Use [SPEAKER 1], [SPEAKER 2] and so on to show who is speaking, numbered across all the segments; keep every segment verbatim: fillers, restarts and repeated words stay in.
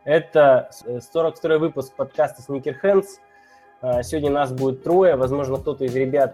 [SPEAKER 1] Это сорок второй выпуск подкаста Sneaker Hands. Сегодня нас будет трое. Возможно, кто-то из ребят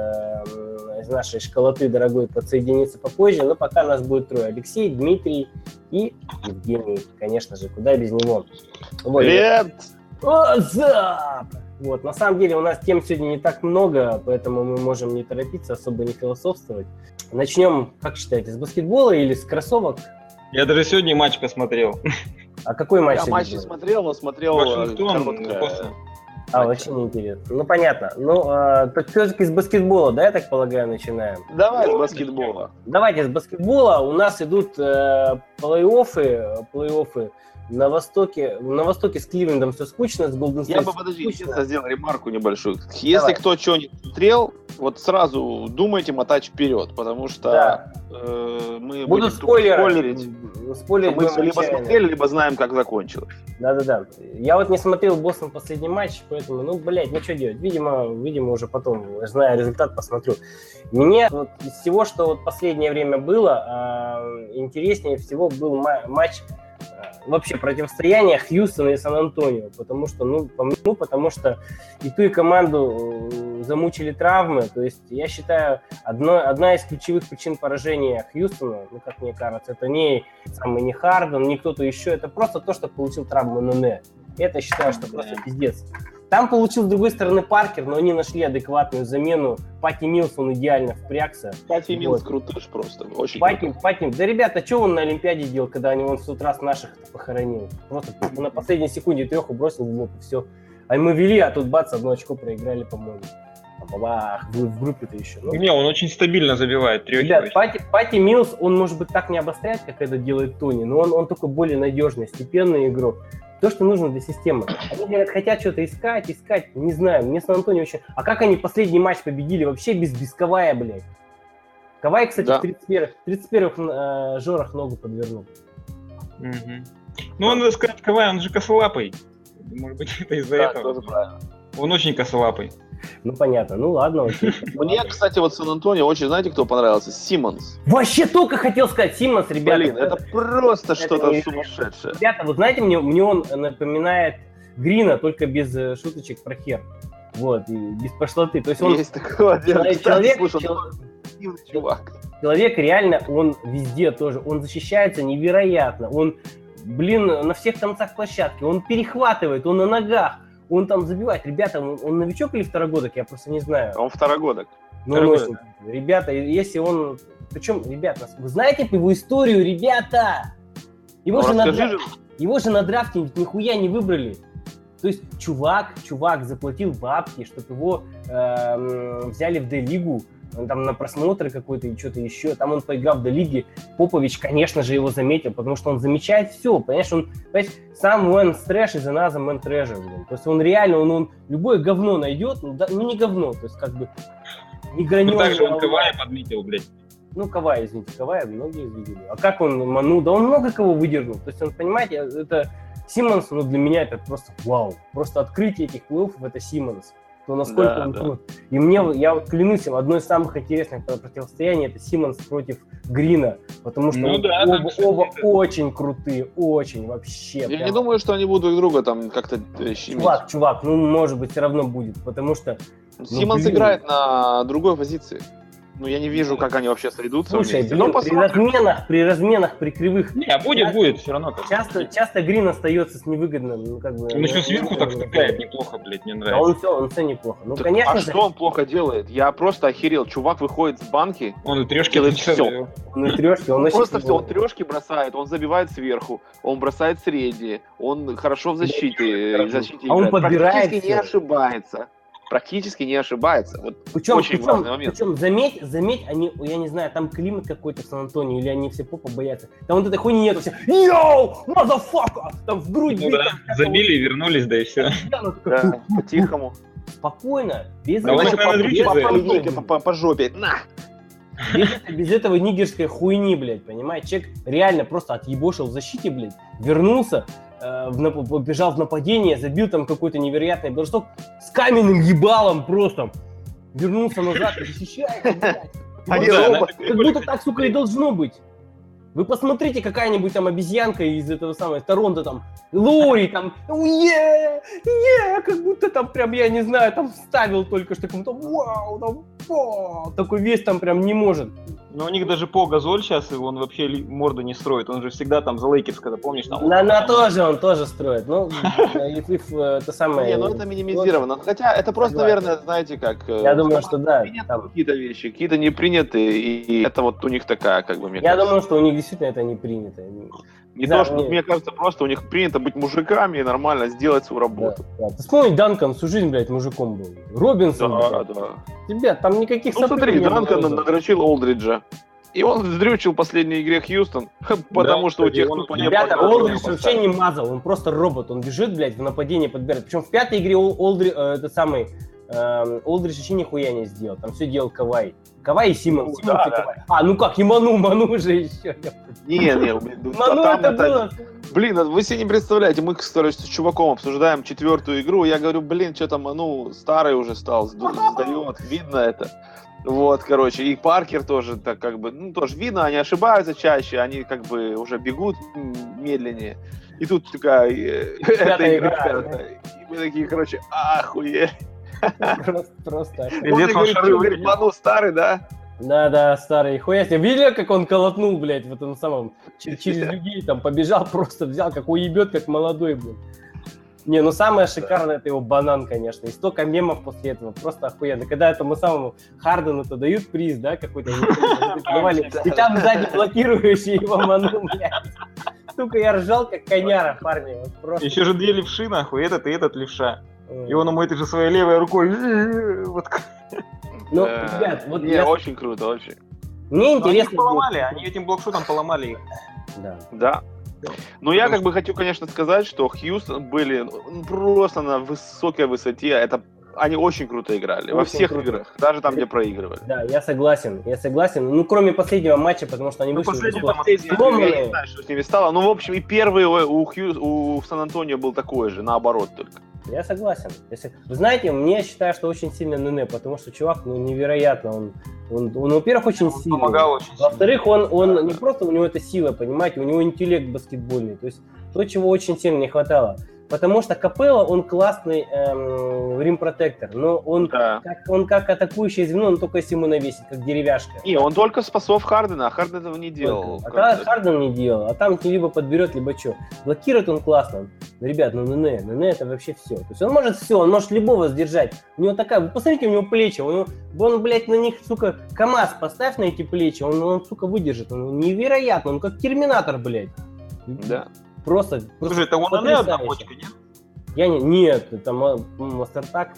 [SPEAKER 1] из нашей школоты дорогой подсоединится попозже, но пока нас будет трое. Алексей, Дмитрий и Евгений. Конечно же, куда без него. Вот.
[SPEAKER 2] Привет!
[SPEAKER 1] What's up? Вот, на самом деле у нас тем сегодня не так много, поэтому мы можем не торопиться, особо не философствовать. Начнем, как считаете, с баскетбола или с кроссовок?
[SPEAKER 3] Я даже сегодня матч посмотрел.
[SPEAKER 1] А какой матч?
[SPEAKER 2] Я матч не смотрел, но смотрел...
[SPEAKER 3] Вашингтон, Бостон.
[SPEAKER 1] А, вообще не интересно. Ну, понятно. Ну, э, так все-таки с баскетбола, да, я так полагаю, начинаем?
[SPEAKER 2] Давай с баскетбола.
[SPEAKER 1] Давайте с баскетбола. У нас идут э, плей-оффы, плей-оффы на Востоке. На Востоке с Кливлендом все скучно, с Голден Стейт
[SPEAKER 2] Я бы, подожди, честно сделал ремарку небольшую. Если
[SPEAKER 1] Давай.
[SPEAKER 2] кто что не смотрел, вот сразу думайте мотать вперед, потому что
[SPEAKER 1] Да.
[SPEAKER 2] э, мы
[SPEAKER 1] Будут
[SPEAKER 2] будем
[SPEAKER 1] спойлеры.
[SPEAKER 2] спойлерить.
[SPEAKER 1] Спойлерить
[SPEAKER 2] Мы
[SPEAKER 1] будем
[SPEAKER 2] все либо
[SPEAKER 1] отчаянно.
[SPEAKER 2] смотрели, либо знаем, как закончилось.
[SPEAKER 1] Да-да-да. Я вот не смотрел Бостон последний матч, поэтому, ну, блядь, ну что делать? Видимо, видимо, уже потом, зная результат, посмотрю. Мне вот из всего, что вот последнее время было, э, интереснее всего был ма- матч э, вообще противостояние Хьюстона и Сан-Антонио, потому что, ну, по мне, потому что и ту, и команду э, замучили травмы, то есть я считаю, одно, одна из ключевых причин поражения Хьюстона, ну, как мне кажется, это не самый не Харден, не кто-то еще, это просто то, что получил травму НН. Это считаю, что просто пиздец. Там получил, с другой стороны, Паркер, но они нашли адекватную замену. Пати Милс, он идеально впрягся.
[SPEAKER 2] Пати
[SPEAKER 1] Вот.
[SPEAKER 2] Милс крутыш просто, очень
[SPEAKER 1] Пати,
[SPEAKER 2] крутой.
[SPEAKER 1] Пати, да, ребята, что он на Олимпиаде делал, когда они вон в тот раз наших похоронил? Просто на последней секунде треху бросил в лоб, и все. А мы вели, а тут бац, одно очко проиграли, по-моему. Бабах, в, в группе-то еще. Ну,
[SPEAKER 3] Не, он очень стабильно забивает трехи.
[SPEAKER 1] ребят, Пати, Пати Милс, он, может быть, так не обостряет, как это делает Тони, но он, он такой более надежный, степенный игрок. То, что нужно для системы. Они, говорят, хотят что-то искать, искать, не знаю, мне Сан-Антонио очень... А как они последний матч победили вообще без, без Кавая, блядь? Кавай, кстати,
[SPEAKER 2] Да.
[SPEAKER 1] в тридцать первых, тридцать первых э, жорах ногу подвернул.
[SPEAKER 3] Мгм. Ну, надо сказать, Кавай, он же косолапый. Может быть, это из-за
[SPEAKER 2] Да,
[SPEAKER 3] этого.
[SPEAKER 2] тоже правильно.
[SPEAKER 3] Он очень косолапый.
[SPEAKER 1] Ну, понятно, ну ладно, окей.
[SPEAKER 2] Мне, кстати, вот Сан-Антонио очень, знаете, кто понравился? Симмонс.
[SPEAKER 1] Вообще только хотел сказать, Симмонс, ребята.
[SPEAKER 2] Блин, это просто
[SPEAKER 1] это
[SPEAKER 2] что-то
[SPEAKER 1] не-
[SPEAKER 2] сумасшедшее.
[SPEAKER 1] Ребята, вот знаете, мне, мне он напоминает Грина, только без э, шуточек про хер. Вот, и без пошлоты. То есть он...
[SPEAKER 2] Есть такое дело.
[SPEAKER 1] человек,
[SPEAKER 2] Кстати,
[SPEAKER 1] человек,
[SPEAKER 2] слушай,
[SPEAKER 1] чел-
[SPEAKER 2] он активный чувак.
[SPEAKER 1] человек реально, он везде тоже, он защищается невероятно, он, блин, на всех концах площадки, он перехватывает, он на ногах, он там забивает. Ребята, он, он новичок или второгодок, я просто не знаю.
[SPEAKER 2] Он второгодок.
[SPEAKER 1] Ну, он
[SPEAKER 3] второгодок.
[SPEAKER 1] очень- ребята, если он... Причем, ребята, вы знаете его историю, ребята? Его,
[SPEAKER 2] Ну,
[SPEAKER 1] же, на
[SPEAKER 2] расскажи
[SPEAKER 1] драф-
[SPEAKER 2] же.
[SPEAKER 1] его же на драфте нихуя не выбрали. То есть чувак, чувак заплатил бабки, чтобы его эм, взяли в Д-лигу, он там на просмотры какой-то и что-то еще. Там он поиграл в Д-лиге. Попович, конечно же, его заметил, потому что он замечает все. Понимаешь, он, понимаешь, сам man trash is another man treasure. Блин. То есть он реально, он, он любое говно найдет, ну, да, ну не говно, то есть как бы не
[SPEAKER 3] Ну,
[SPEAKER 1] граненое.
[SPEAKER 3] также он Кавая подметил, блядь.
[SPEAKER 1] Ну, Кавай, извините, Кавай многие видели. А как он манул? Да он много кого выдернул. То есть он, понимаете, это Симмонс, ну, для меня это просто вау. Просто открытие этих плей-оффов это Симмонс. То насколько
[SPEAKER 2] Да,
[SPEAKER 1] он
[SPEAKER 2] да.
[SPEAKER 1] крут. И мне, я вот клянусь, одно из самых интересных противостояний это Симмонс против Грина. Потому что
[SPEAKER 3] Ну
[SPEAKER 1] он-
[SPEAKER 3] да,
[SPEAKER 1] оба,
[SPEAKER 3] там, кстати,
[SPEAKER 1] оба
[SPEAKER 3] это-
[SPEAKER 1] очень крутые, очень вообще.
[SPEAKER 2] Я
[SPEAKER 1] прям.
[SPEAKER 2] не думаю, что они будут друг друга там как-то э, щемить.
[SPEAKER 1] Чувак, чувак, ну, может быть, все равно будет. Потому что,
[SPEAKER 2] Симмонс
[SPEAKER 1] блин.
[SPEAKER 2] играет на другой позиции. Ну, я не вижу, как они вообще сойдутся
[SPEAKER 1] слушай,
[SPEAKER 2] вместе.
[SPEAKER 1] блин,
[SPEAKER 2] Ну,
[SPEAKER 1] при
[SPEAKER 2] посмотрим.
[SPEAKER 1] разменах, при разменах, при кривых
[SPEAKER 3] Не, а будет, будет, все равно.
[SPEAKER 1] Часто, часто Грин остается с невыгодным, ну, как бы...
[SPEAKER 3] Он еще
[SPEAKER 1] ну,
[SPEAKER 3] сверху
[SPEAKER 1] ну,
[SPEAKER 3] так
[SPEAKER 1] ну,
[SPEAKER 3] цепляет неплохо, блядь, мне
[SPEAKER 1] Да
[SPEAKER 3] нравится.
[SPEAKER 1] он все, он все неплохо. Ну,
[SPEAKER 2] Так,
[SPEAKER 1] конечно
[SPEAKER 2] а
[SPEAKER 1] же,
[SPEAKER 2] что он плохо делает? Я просто охерел. Чувак выходит с банки,
[SPEAKER 3] Он и трешки
[SPEAKER 2] делает
[SPEAKER 3] всё.
[SPEAKER 2] всё.
[SPEAKER 1] он на трешке, он
[SPEAKER 2] он
[SPEAKER 1] вообще
[SPEAKER 2] просто все,
[SPEAKER 1] фигурный.
[SPEAKER 2] он трешки бросает, он забивает сверху, он бросает средние, он хорошо в защите, в защите
[SPEAKER 1] А он
[SPEAKER 2] играет.
[SPEAKER 1] подбирает
[SPEAKER 2] Практически не
[SPEAKER 1] всё.
[SPEAKER 2] ошибается. Практически не ошибается. Вот
[SPEAKER 1] Причем,
[SPEAKER 2] очень
[SPEAKER 1] причем,
[SPEAKER 2] важный момент.
[SPEAKER 1] причем, заметь, заметь, они, я не знаю, там климат какой-то в Сан-Антонио, или они все попа боятся. Там вот этой хуйни нету, все, йоу, мазафака, там в грудь
[SPEAKER 3] Ну
[SPEAKER 1] бить,
[SPEAKER 3] да,
[SPEAKER 1] там,
[SPEAKER 3] забили и вернулись, да и все.
[SPEAKER 1] там, она такая,
[SPEAKER 2] Да, по-тихому.
[SPEAKER 1] спокойно, без,
[SPEAKER 3] Давай
[SPEAKER 1] этого,
[SPEAKER 3] на
[SPEAKER 2] по,
[SPEAKER 3] дрючке
[SPEAKER 2] по,
[SPEAKER 3] за это.
[SPEAKER 2] по линейке, по, по- по жопе. На!
[SPEAKER 1] без, этого- без этого нигерской хуйни, блядь, понимаете? Человек реально просто отъебошил в защите, блядь, вернулся, э, в нап- побежал в нападение, забил там какой-то невероятный бросок с каменным ебалом просто. Вернулся назад и защищает, блядь.
[SPEAKER 2] Они
[SPEAKER 1] Вот,
[SPEAKER 2] оба-
[SPEAKER 1] как будто так, сука, и должно быть. Вы посмотрите, какая-нибудь там обезьянка из этого самого Торонто, там, Лори, там, е, е, как будто там прям, я не знаю, там вставил только что, кому-то, вау, там, вау, такой весь там прям не может.
[SPEAKER 3] Но у них даже Пол Газоль сейчас, он вообще ли- морду не строит, он же всегда там за Лейкерс, когда помнишь, там...
[SPEAKER 1] На, на тоже, он тоже строит, ну, if- if, э, это самое...
[SPEAKER 2] Не, ну это минимизировано. Хотя это просто,
[SPEAKER 1] Согласен.
[SPEAKER 2] наверное, знаете, как... э,
[SPEAKER 1] Я думаю, что да,
[SPEAKER 2] приняты
[SPEAKER 1] там-
[SPEAKER 2] какие-то вещи, какие-то не приняты, и это вот у них такая, как бы, мне
[SPEAKER 1] Я
[SPEAKER 2] кажется.
[SPEAKER 1] думаю, что у них действительно это не принято.
[SPEAKER 2] Не
[SPEAKER 1] да,
[SPEAKER 2] то, что,
[SPEAKER 1] мне-
[SPEAKER 2] мне кажется, просто у них принято быть мужиками и нормально сделать свою
[SPEAKER 1] Да,
[SPEAKER 2] работу.
[SPEAKER 1] да. Ты вспомни, Данкан всю жизнь, блядь, мужиком был. Робинсон,
[SPEAKER 2] Да,
[SPEAKER 1] блядь.
[SPEAKER 2] да.
[SPEAKER 1] Ребят, там никаких
[SPEAKER 2] Ну смотри,
[SPEAKER 1] не было.
[SPEAKER 2] Данкан надрочил Олдриджа. И он вздрючил в последней игре Хьюстон, потому что у
[SPEAKER 3] кстати,
[SPEAKER 2] тех
[SPEAKER 3] он-
[SPEAKER 2] тупо не
[SPEAKER 1] Ребята,
[SPEAKER 2] было
[SPEAKER 1] Олдридж
[SPEAKER 2] поставить.
[SPEAKER 1] вообще не мазал, он просто робот, он бежит, блядь, в нападение подбирает. Причем в пятой игре Ол- Олдри, э, этот самый, э, Олдридж вообще нихуя не сделал, там все делал Кавай. Кавай и Симмонс,
[SPEAKER 2] Ну,
[SPEAKER 1] Симмонс
[SPEAKER 2] да,
[SPEAKER 1] и
[SPEAKER 2] да.
[SPEAKER 1] Кавай. А, ну как, и Ману, Ману же еще.
[SPEAKER 2] Не, не, ну,
[SPEAKER 1] Ману
[SPEAKER 2] там
[SPEAKER 1] это было...
[SPEAKER 2] Блин, вы себе не представляете, мы, кстати, с чуваком обсуждаем четвертую игру, я говорю, блин, что-то Ману старый уже стал, сдает, видно это. Вот, короче, и Паркер тоже, так как бы, ну, тоже видно, они ошибаются чаще, они как бы уже бегут м, медленнее. И тут такая, э, эта игра,
[SPEAKER 1] игра,
[SPEAKER 2] пятая. И мы такие, короче, охуеть.
[SPEAKER 1] Просто, просто.
[SPEAKER 2] Он
[SPEAKER 3] Пиздец,
[SPEAKER 2] мне
[SPEAKER 3] он
[SPEAKER 2] говорит,
[SPEAKER 3] шары
[SPEAKER 2] «Чё, говорит,
[SPEAKER 3] выглядел».
[SPEAKER 2] Ману старый, да?
[SPEAKER 1] Да, да, старый хуя себе. Видели, как он колотнул, блядь, в этом самом, через, через людей там побежал, просто взял, как уебет, как молодой, блядь. Не, ну самое шикарное это его банан, конечно. И столько мемов после этого, просто охуенно. Когда этому самому Хардену-то дают приз, да, какой-то, давали, и там сзади блокирующий его ману, блядь. Сука, я ржал, как коняра, парни. Вот просто.
[SPEAKER 3] Еще же две левши, нахуй, этот и этот левша.
[SPEAKER 1] Ой.
[SPEAKER 3] И он ему этой же своей левой рукой... Вот.
[SPEAKER 1] Ну,
[SPEAKER 2] Э,
[SPEAKER 1] ребят, вот
[SPEAKER 2] не,
[SPEAKER 1] я-
[SPEAKER 2] очень круто, очень.
[SPEAKER 1] мне
[SPEAKER 3] Но они их
[SPEAKER 1] интересно...
[SPEAKER 3] поломали, они этим блокшотом поломали их.
[SPEAKER 1] Да.
[SPEAKER 2] Да. Но я как бы хочу, конечно, сказать, что Хьюстон были ну, просто на высокой высоте. Это они очень круто играли во
[SPEAKER 1] Очень
[SPEAKER 2] всех
[SPEAKER 1] круто.
[SPEAKER 2] играх, даже там, где проигрывали.
[SPEAKER 1] Да, я согласен, я согласен. Ну, кроме последнего матча, потому что они
[SPEAKER 3] Ну,
[SPEAKER 1] вышли...
[SPEAKER 3] последний
[SPEAKER 1] высоко.
[SPEAKER 3] там
[SPEAKER 2] Последний, я
[SPEAKER 1] сломанные.
[SPEAKER 2] не знаю, что с ними стало. Ну, в общем, и первый у, Хью, у Сан-Антонио был такой же, наоборот только.
[SPEAKER 1] Я согласен. Если... Вы знаете, мне считаю, что очень сильно Нене, потому что чувак, ну, невероятно. Он, он, он во-первых, очень
[SPEAKER 3] Он
[SPEAKER 1] сильный.
[SPEAKER 3] помогал очень сильно.
[SPEAKER 1] Во-вторых, он, он не просто у него это сила, понимаете, у него интеллект баскетбольный. То есть то, чего очень сильно не хватало. Потому что Капелло, он классный эм, рим-протектор, но он,
[SPEAKER 2] Да.
[SPEAKER 1] как, он как атакующее звено, он только если ему навесит, как деревяшка.
[SPEAKER 2] Не, он только спасов Хардена, а Харден этого не делал.
[SPEAKER 1] А
[SPEAKER 2] Как
[SPEAKER 1] когда
[SPEAKER 2] бы.
[SPEAKER 1] Харден не делал, а там либо подберет, либо что. Блокирует он классно. Ну, ребят, ну Нене, Нене это вообще все. То есть он может все, он может любого сдержать. У него такая, вы посмотрите, у него плечи, он, он блядь, на них, сука, КамАЗ поставь на эти плечи, он, он сука, выдержит. Он невероятно, он как терминатор, блядь.
[SPEAKER 2] Да.
[SPEAKER 1] Просто, просто
[SPEAKER 3] Слушай, это у Нане одна
[SPEAKER 1] потрясающе.
[SPEAKER 3] почка, нет?
[SPEAKER 1] Я не, нет, это ма- Мастертак.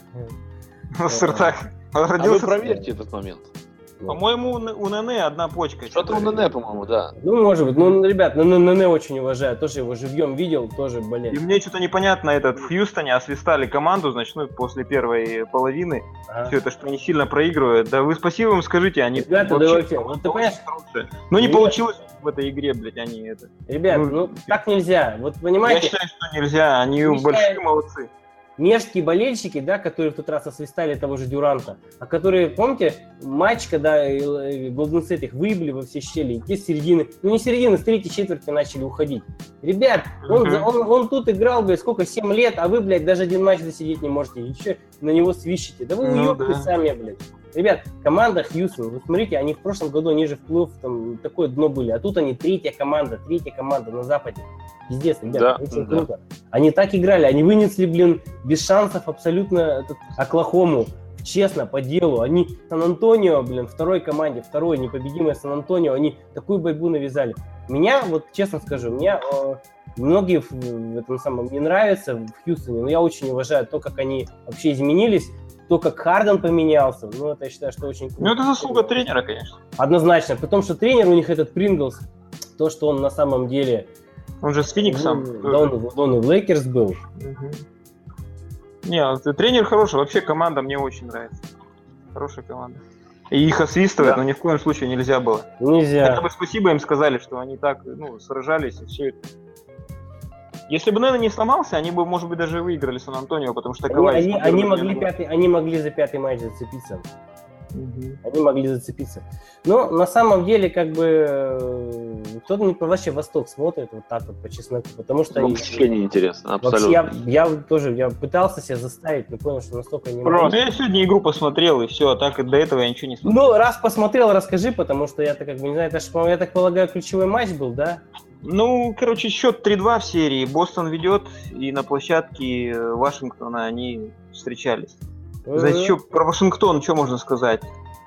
[SPEAKER 3] Сыртак. Он
[SPEAKER 2] А вы
[SPEAKER 3] родился...
[SPEAKER 2] проверьте этот момент.
[SPEAKER 3] По-моему, у Н- у Нане одна почка.
[SPEAKER 2] Что-то у Нене, по-моему, да.
[SPEAKER 1] Ну, может быть, ну, ребят, ну, Нене очень уважаю, тоже его живьем видел, тоже, блядь.
[SPEAKER 3] И мне что-то непонятно, этот в Хьюстоне освистали команду, значит, ну, после первой половины.
[SPEAKER 1] Ага.
[SPEAKER 3] Все это, что они сильно проигрывают. Да вы спасибо им скажите, они
[SPEAKER 1] Ребята, да вообще, вот ты понимаешь,
[SPEAKER 3] хорошие. Но не
[SPEAKER 1] Ребят-
[SPEAKER 3] получилось в этой игре, блядь, они это.
[SPEAKER 1] Ребят,
[SPEAKER 3] Ну,
[SPEAKER 1] ну, так нельзя. Вот
[SPEAKER 3] Я
[SPEAKER 1] понимаете,
[SPEAKER 3] считаю, что нельзя, они
[SPEAKER 1] Не
[SPEAKER 3] большие
[SPEAKER 1] считаю.
[SPEAKER 3] молодцы.
[SPEAKER 1] мерзкие болельщики, да, которые в тот раз освистали того же Дюранта, а которые, помните, матч, когда Golden State их выебли во все щели, и те с середины, ну не с середины, с третьей четверти начали уходить. Ребят, он,
[SPEAKER 3] Мгм.
[SPEAKER 1] за- он, он тут играл, блядь, сколько, семь лет, а вы, блядь, даже один матч досидеть не можете, еще на него свищите. Да вы
[SPEAKER 3] Ну
[SPEAKER 1] уёбки
[SPEAKER 3] да.
[SPEAKER 1] сами, блядь. Ребят, команда Хьюстон, вы смотрите, они в прошлом году, они же в плей-офф, там, такое дно были, а тут они третья команда, третья команда на Западе. Пиздец, ребят,
[SPEAKER 2] Да,
[SPEAKER 1] очень
[SPEAKER 2] да.
[SPEAKER 1] круто. Они так играли, они вынесли, блин, без шансов абсолютно этот Оклахому, честно, по делу. Они Сан-Антонио, блин, второй команде, второй непобедимой Сан-Антонио, они такую борьбу навязали. Меня, вот честно скажу, меня э, многие в, в этом самом не нравятся в Хьюстоне, но я очень уважаю то, как они вообще изменились, то, как Харден поменялся. Ну, это я считаю, что очень круто.
[SPEAKER 3] Ну, это заслуга тренера, конечно.
[SPEAKER 1] Однозначно, потому что тренер у них этот Принглс, то, что он на самом деле...
[SPEAKER 3] Он же с Фениксом.
[SPEAKER 1] Ну, да, он, он и в Лейкерс был.
[SPEAKER 3] Мгм. Не, вот тренер хороший, вообще команда мне очень нравится. Хорошая команда. И их освистывать,
[SPEAKER 2] Да.
[SPEAKER 3] но ни в коем случае нельзя было. Хотя
[SPEAKER 1] Нельзя.
[SPEAKER 3] бы спасибо им сказали, что они так, ну, сражались и все это. Если бы Нена не сломался, они бы, может быть, даже выиграли Сан-Антонио, потому что
[SPEAKER 1] Они,
[SPEAKER 3] Кавай
[SPEAKER 1] они,
[SPEAKER 3] смотрел,
[SPEAKER 1] они
[SPEAKER 3] блин,
[SPEAKER 1] могли
[SPEAKER 3] ну,
[SPEAKER 1] пятый, они могли за пятый матч зацепиться. Они могли зацепиться. Но на самом деле, как бы, кто-то не вообще Восток смотрит вот так вот по чесноку, потому что...
[SPEAKER 2] Вообще не интересно, абсолютно.
[SPEAKER 1] Я, я тоже, я пытался себя заставить, но понял, что настолько не
[SPEAKER 3] могу. Я сегодня игру посмотрел, и все, а так и до этого я ничего не смотрел.
[SPEAKER 1] Ну, раз посмотрел, расскажи, потому что я-то как бы не знаю, это же, я так полагаю, ключевой матч был, да?
[SPEAKER 3] Ну, короче, счет три-два в серии. Бостон ведет, и на площадке Вашингтона они встречались. Значит, что, про Вашингтон, что можно сказать?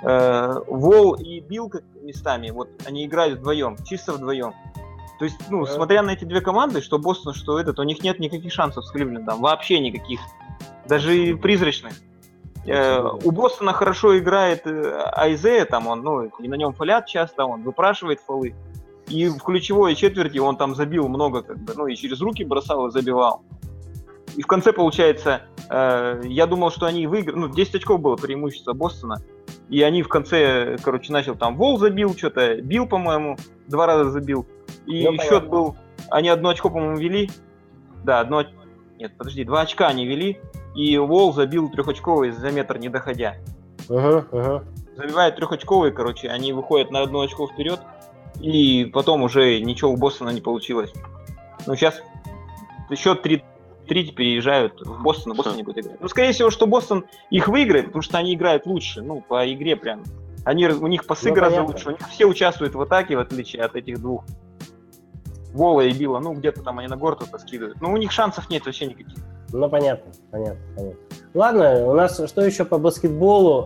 [SPEAKER 3] Вол и Билл местами, вот они играют вдвоем, чисто вдвоем. То есть, ну, yeah. смотря на эти две команды, что Бостон, что этот, у них нет никаких шансов с Кливлендом, вообще никаких, даже призрачных. Yeah. У Бостона хорошо играет Айзея, там он, ну, и на нем фолят часто, он выпрашивает фолы. И в ключевой четверти он там забил много, как бы, ну, и через руки бросал и забивал. И в конце, получается, э, я думал, что они выиграли, ну, десять очков было преимущество Бостона, и они в конце, короче, начал там Вол забил, что-то Билл, по-моему, два раза забил, и ну, счет был, они одно очко, по-моему, вели, да, одно, нет, подожди, два очка они вели, и Вол забил трехочковый за метр не доходя.
[SPEAKER 1] Uh-huh, uh-huh.
[SPEAKER 3] Забивают трехочковый, короче, они выходят на одно очко вперед, и потом уже ничего у Бостона не получилось. Ну, сейчас счет три три переезжают в Бостон, а Бостон не будет играть. Ну, скорее всего, что Бостон их выиграет, потому что они играют лучше, ну, по игре прям. Они, у них пасы ну, гораздо понятно. Лучше, у них все участвуют в атаке, в отличие от этих двух. Вола и Билла, ну, где-то там они на город скидывают. Но у них шансов нет вообще никаких.
[SPEAKER 1] Ну, понятно, понятно, понятно. Ладно, у нас что еще по баскетболу?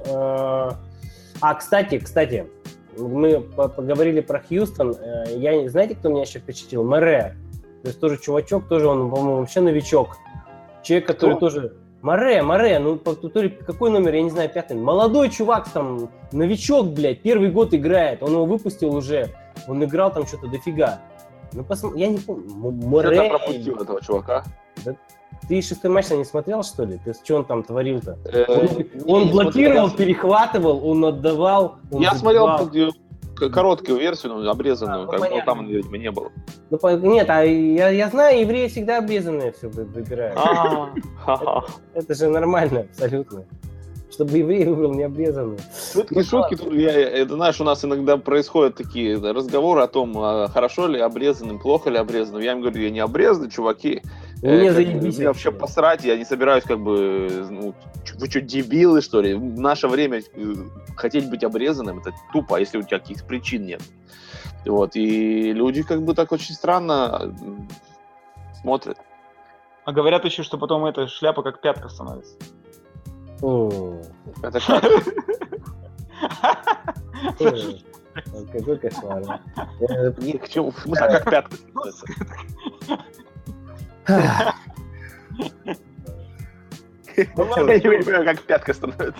[SPEAKER 1] А, кстати, кстати, мы поговорили про Хьюстон. Я, знаете, кто меня еще впечатлил? Море. То есть тоже чувачок, тоже он, по-моему, вообще новичок. Человек, который Кто? тоже... Море, Море, ну, какой номер, я не знаю, пятый. Молодой чувак, там, новичок, блядь, первый год играет. Он его выпустил уже, он играл там что-то дофига. Ну, посмотри, я не помню. Море...
[SPEAKER 2] Ты пропустил этого чувака?
[SPEAKER 1] Да, ты шестой матч не смотрел, что ли? Ты что он там творил-то? Он, он блокировал, перехватывал, он отдавал, он
[SPEAKER 2] Я смотрел короткую версию, ну, обрезанную, а, ну, как бы там, видимо, не было.
[SPEAKER 1] Ну, по... Нет, а я, я знаю, евреи всегда обрезанные все выбирают. Это, это же нормально, абсолютно. Чтобы еврей выбрал не обрезанную.
[SPEAKER 2] Шутки, шутки, тут, я, это, знаешь, у нас иногда происходят такие разговоры о том, хорошо ли обрезанным, плохо ли обрезанным. Я им говорю, я не обрезанный, чуваки.
[SPEAKER 1] Мне заебись.
[SPEAKER 2] Мне вообще посрать, я не собираюсь как бы, ну, вы что, дебилы, что ли? В наше время хотеть быть обрезанным, это тупо, если у тебя каких-то причин нет. Вот, и люди как бы так очень странно смотрят.
[SPEAKER 3] А говорят еще, что потом эта шляпа как пятка становится.
[SPEAKER 1] О,
[SPEAKER 2] это как?
[SPEAKER 1] Какой кошмар.
[SPEAKER 2] Нет, к чему? В смысле, как пятка становится? Я не понимаю, как пятка становится.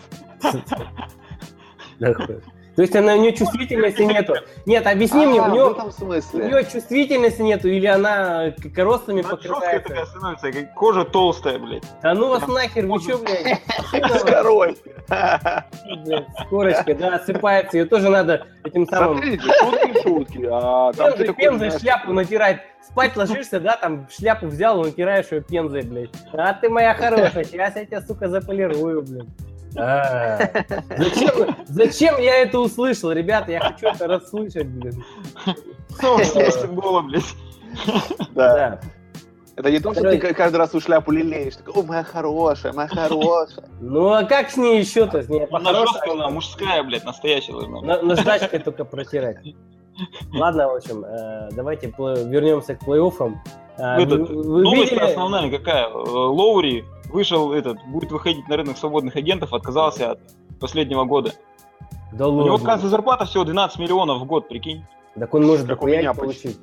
[SPEAKER 1] То есть она, у нее чувствительности нету. Нет, объясни
[SPEAKER 2] а,
[SPEAKER 1] мне, у нее,
[SPEAKER 2] у
[SPEAKER 1] нее чувствительности нету, или она коростами она покрывается?
[SPEAKER 3] Такая становится, как кожа толстая, блядь.
[SPEAKER 1] А ну вас нахер, вы что, блядь?
[SPEAKER 2] С корой.
[SPEAKER 1] С корочкой, да, осыпается. Ее тоже надо этим самым...
[SPEAKER 2] Смотрите, шутки, шутки. А,
[SPEAKER 1] пензой, пензой шляпу натирать. Спать ложишься, да, там шляпу взял, натираешь ее пензой, блядь. А ты моя хорошая, сейчас я тебя, сука, заполирую, блядь. А, зачем, зачем я это услышал, ребята? Я хочу это расслышать, блин.
[SPEAKER 3] Было, блядь.
[SPEAKER 2] Да. Это не то, что ты каждый раз у шляпу лелеешь. Такой, о, моя хорошая, моя хорошая.
[SPEAKER 1] Ну, а как с ней еще-то? С ней
[SPEAKER 3] она жесткая, она мужская, блядь, настоящая.
[SPEAKER 1] Наждачкой только протирать. Ладно, в общем, давайте вернемся к плей-оффам.
[SPEAKER 3] Новость основная какая? Лоури вышел, этот, будет выходить на рынок свободных агентов, отказался от последнего года.
[SPEAKER 1] Да
[SPEAKER 3] У него, оказывается, зарплата всего двенадцать миллионов в год, прикинь.
[SPEAKER 1] Так он может дохуя получить.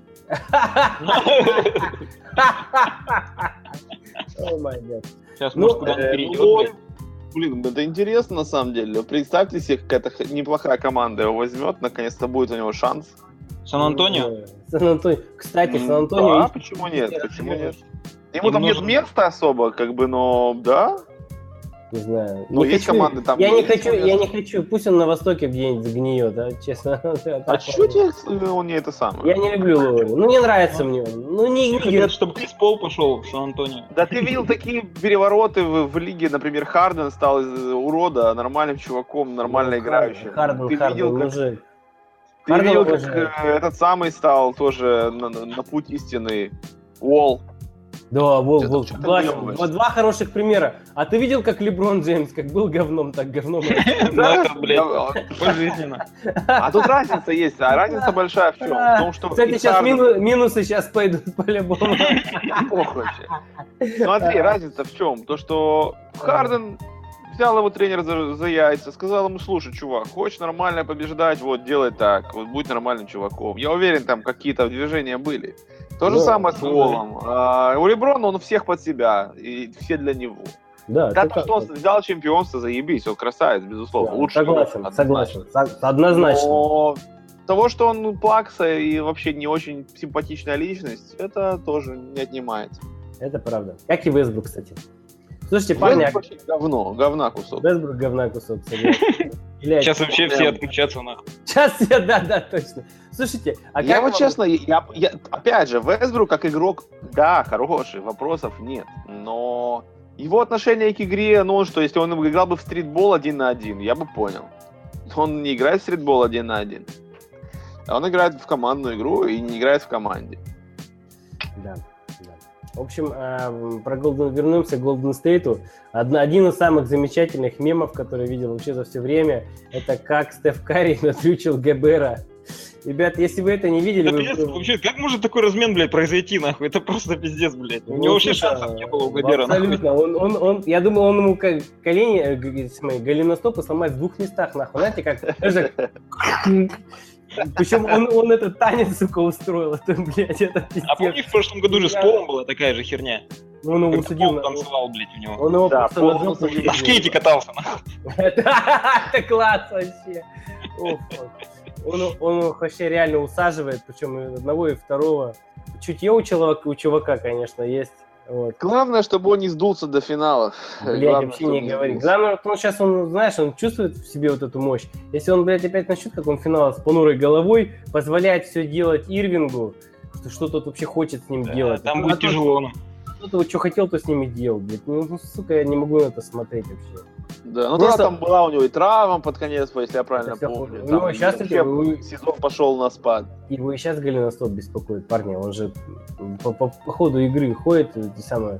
[SPEAKER 1] О май гад.
[SPEAKER 3] Сейчас, может, куда-то перейдет.
[SPEAKER 2] Блин, это интересно на самом деле. Представьте себе, какая-то неплохая команда его возьмет, наконец-то будет у него шанс.
[SPEAKER 3] Сан-Антонио?
[SPEAKER 1] Сан-Антонио. Кстати, Сан-Антонио...
[SPEAKER 2] Да, почему нет? Почему нет? Ему там нет места особо, как бы, но да.
[SPEAKER 1] Не знаю.
[SPEAKER 2] Ну,
[SPEAKER 1] не
[SPEAKER 2] есть
[SPEAKER 1] хочу,
[SPEAKER 2] команды там.
[SPEAKER 1] Я не
[SPEAKER 2] есть
[SPEAKER 1] хочу,
[SPEAKER 2] команды.
[SPEAKER 1] я не хочу. Пусть он на Востоке где-нибудь сгниет, да, честно.
[SPEAKER 2] А что тебе он не это самое?
[SPEAKER 1] Я не люблю Лоури. Ну, не нравится мне он. Ну, не, не
[SPEAKER 3] хотят, чтобы Крис Пол пошел в Сан-Антонио.
[SPEAKER 2] Да ты видел такие перевороты в, в лиге, например, Харден стал из урода нормальным чуваком, нормально
[SPEAKER 1] Ну,
[SPEAKER 2] играющим.
[SPEAKER 1] Харден,
[SPEAKER 2] ты
[SPEAKER 1] Харден,
[SPEAKER 2] видел, как,
[SPEAKER 1] мужик.
[SPEAKER 2] ты
[SPEAKER 1] Харден
[SPEAKER 2] видел, как
[SPEAKER 1] мужик.
[SPEAKER 2] э, этот самый стал тоже на, на- на путь истины. Уолл.
[SPEAKER 1] Да, Вол,
[SPEAKER 2] Что ты-
[SPEAKER 1] Вол,
[SPEAKER 2] что ты
[SPEAKER 1] согласен.
[SPEAKER 2] делаешь?
[SPEAKER 1] Два, два хороших примера. А ты видел, как Леброн Джеймс, как был говном, так говном.
[SPEAKER 3] Ну, это, блядь, пожизненно.
[SPEAKER 2] А тут разница есть, а разница большая в чем? В том, что
[SPEAKER 1] Кстати,
[SPEAKER 2] и
[SPEAKER 1] сейчас
[SPEAKER 2] Харден-
[SPEAKER 1] мину- минусы сейчас пойдут по-любому.
[SPEAKER 2] Похуй вообще. Смотри, разница в чем? То, что Харден взял его тренер за, за яйца, сказал ему: слушай, чувак, хочешь нормально побеждать, вот делай так, вот будь нормальным чуваком. Я уверен, там какие-то движения были. То же
[SPEAKER 1] Да,
[SPEAKER 2] самое с
[SPEAKER 1] да.
[SPEAKER 2] Уоллом. А, у Леброна он всех под себя, и все для него.
[SPEAKER 1] Да,
[SPEAKER 2] Да,
[SPEAKER 1] ты
[SPEAKER 2] то,
[SPEAKER 1] как-
[SPEAKER 2] что он взял чемпионство, заебись, он красавец, безусловно.
[SPEAKER 1] Да,
[SPEAKER 2] Лучший
[SPEAKER 1] согласен,
[SPEAKER 2] игрок,
[SPEAKER 1] согласен,
[SPEAKER 2] однозначно.
[SPEAKER 1] со- однозначно.
[SPEAKER 2] Но того, что он ну, плакса и вообще не очень симпатичная личность, это тоже не отнимается.
[SPEAKER 1] Это правда. Как и Вестбрук, кстати. Слушайте, парни,
[SPEAKER 2] Вестбрук вообще говно, говна кусок.
[SPEAKER 1] Вестбрук говна кусок, согласен. Блядь,
[SPEAKER 3] Сейчас вообще все отключатся нахуй.
[SPEAKER 1] Сейчас я, да, да, точно. Слушайте, а
[SPEAKER 2] я
[SPEAKER 1] как
[SPEAKER 2] вот
[SPEAKER 1] вам-
[SPEAKER 2] честно, я, я- опять же, Вестбрук как игрок, да, хороший, вопросов нет, но его отношение к игре, ну, что если он играл бы в стритбол один на один, я бы понял. Но он не играет в стритбол один на один. А он играет в командную игру и не играет в команде.
[SPEAKER 1] Да, да. В общем, э, про Голден вернемся к Голден Стейту. Одна- один из самых замечательных мемов, который я видел вообще за все время, это как Стеф Карри натрючил Гобера. Ребят, если вы это не видели...
[SPEAKER 3] Это
[SPEAKER 1] вы-
[SPEAKER 3] пиздец, вообще, как может такой размен, блядь, произойти, нахуй? Это просто пиздец, блядь. У
[SPEAKER 1] Ну,
[SPEAKER 3] него вообще
[SPEAKER 1] слушай,
[SPEAKER 3] шансов не было у Гобера, нахуй.
[SPEAKER 1] абсолютно. Он, он, он, я думаю, он ему как колени, э, г- смотри, голеностопы сломать в двух местах, нахуй. Знаете, как... знаешь, так- Причем он, он этот танец, сука, устроил. Это, блядь, это пиздец.
[SPEAKER 3] А помнишь, в прошлом году же с Полом была такая же херня?
[SPEAKER 1] Он его
[SPEAKER 3] Как
[SPEAKER 1] усадил
[SPEAKER 3] Пол
[SPEAKER 1] на...
[SPEAKER 3] танцевал, блядь, у него.
[SPEAKER 1] Он его
[SPEAKER 2] Да,
[SPEAKER 1] просто
[SPEAKER 2] Пол
[SPEAKER 1] на жопу
[SPEAKER 2] усадил.
[SPEAKER 1] усадил.
[SPEAKER 3] На скейте катался, нахуй.
[SPEAKER 1] Это это класс вообще. Оф, оф. Он, он его вообще реально усаживает, причем и одного, и второго. Чутье у чувака, у чувака, конечно, есть. Вот.
[SPEAKER 2] Главное, чтобы он не сдулся до финала.
[SPEAKER 1] Блядь,
[SPEAKER 2] Главное,
[SPEAKER 1] вообще
[SPEAKER 2] чтобы
[SPEAKER 1] не говори.
[SPEAKER 2] сдулся.
[SPEAKER 1] Главное, ну, сейчас он, знаешь, он чувствует в себе вот эту мощь. Если он, блядь, опять начнет, как он финал с понурой головой, позволяет все делать Ирвингу, что, что тот вообще хочет с ним делать.
[SPEAKER 3] Там
[SPEAKER 1] А
[SPEAKER 3] будет
[SPEAKER 1] тот-
[SPEAKER 3] тяжело, ну.
[SPEAKER 1] Кто-то вот что хотел, то с ними делал, блядь. Ну, ну, сука, я не могу на это смотреть вообще.
[SPEAKER 2] Да, ну
[SPEAKER 1] Просто-
[SPEAKER 2] тогда там была у него и травма под конец, если я правильно
[SPEAKER 1] Это всё
[SPEAKER 2] помню.
[SPEAKER 1] хуй.
[SPEAKER 2] Там
[SPEAKER 1] Ну, щас
[SPEAKER 2] вообще
[SPEAKER 1] это вы-
[SPEAKER 2] сезон пошел на спад.
[SPEAKER 1] Его и сейчас голеностоп беспокоит, парни. Он же по, по- по ходу игры ходит, эти самые,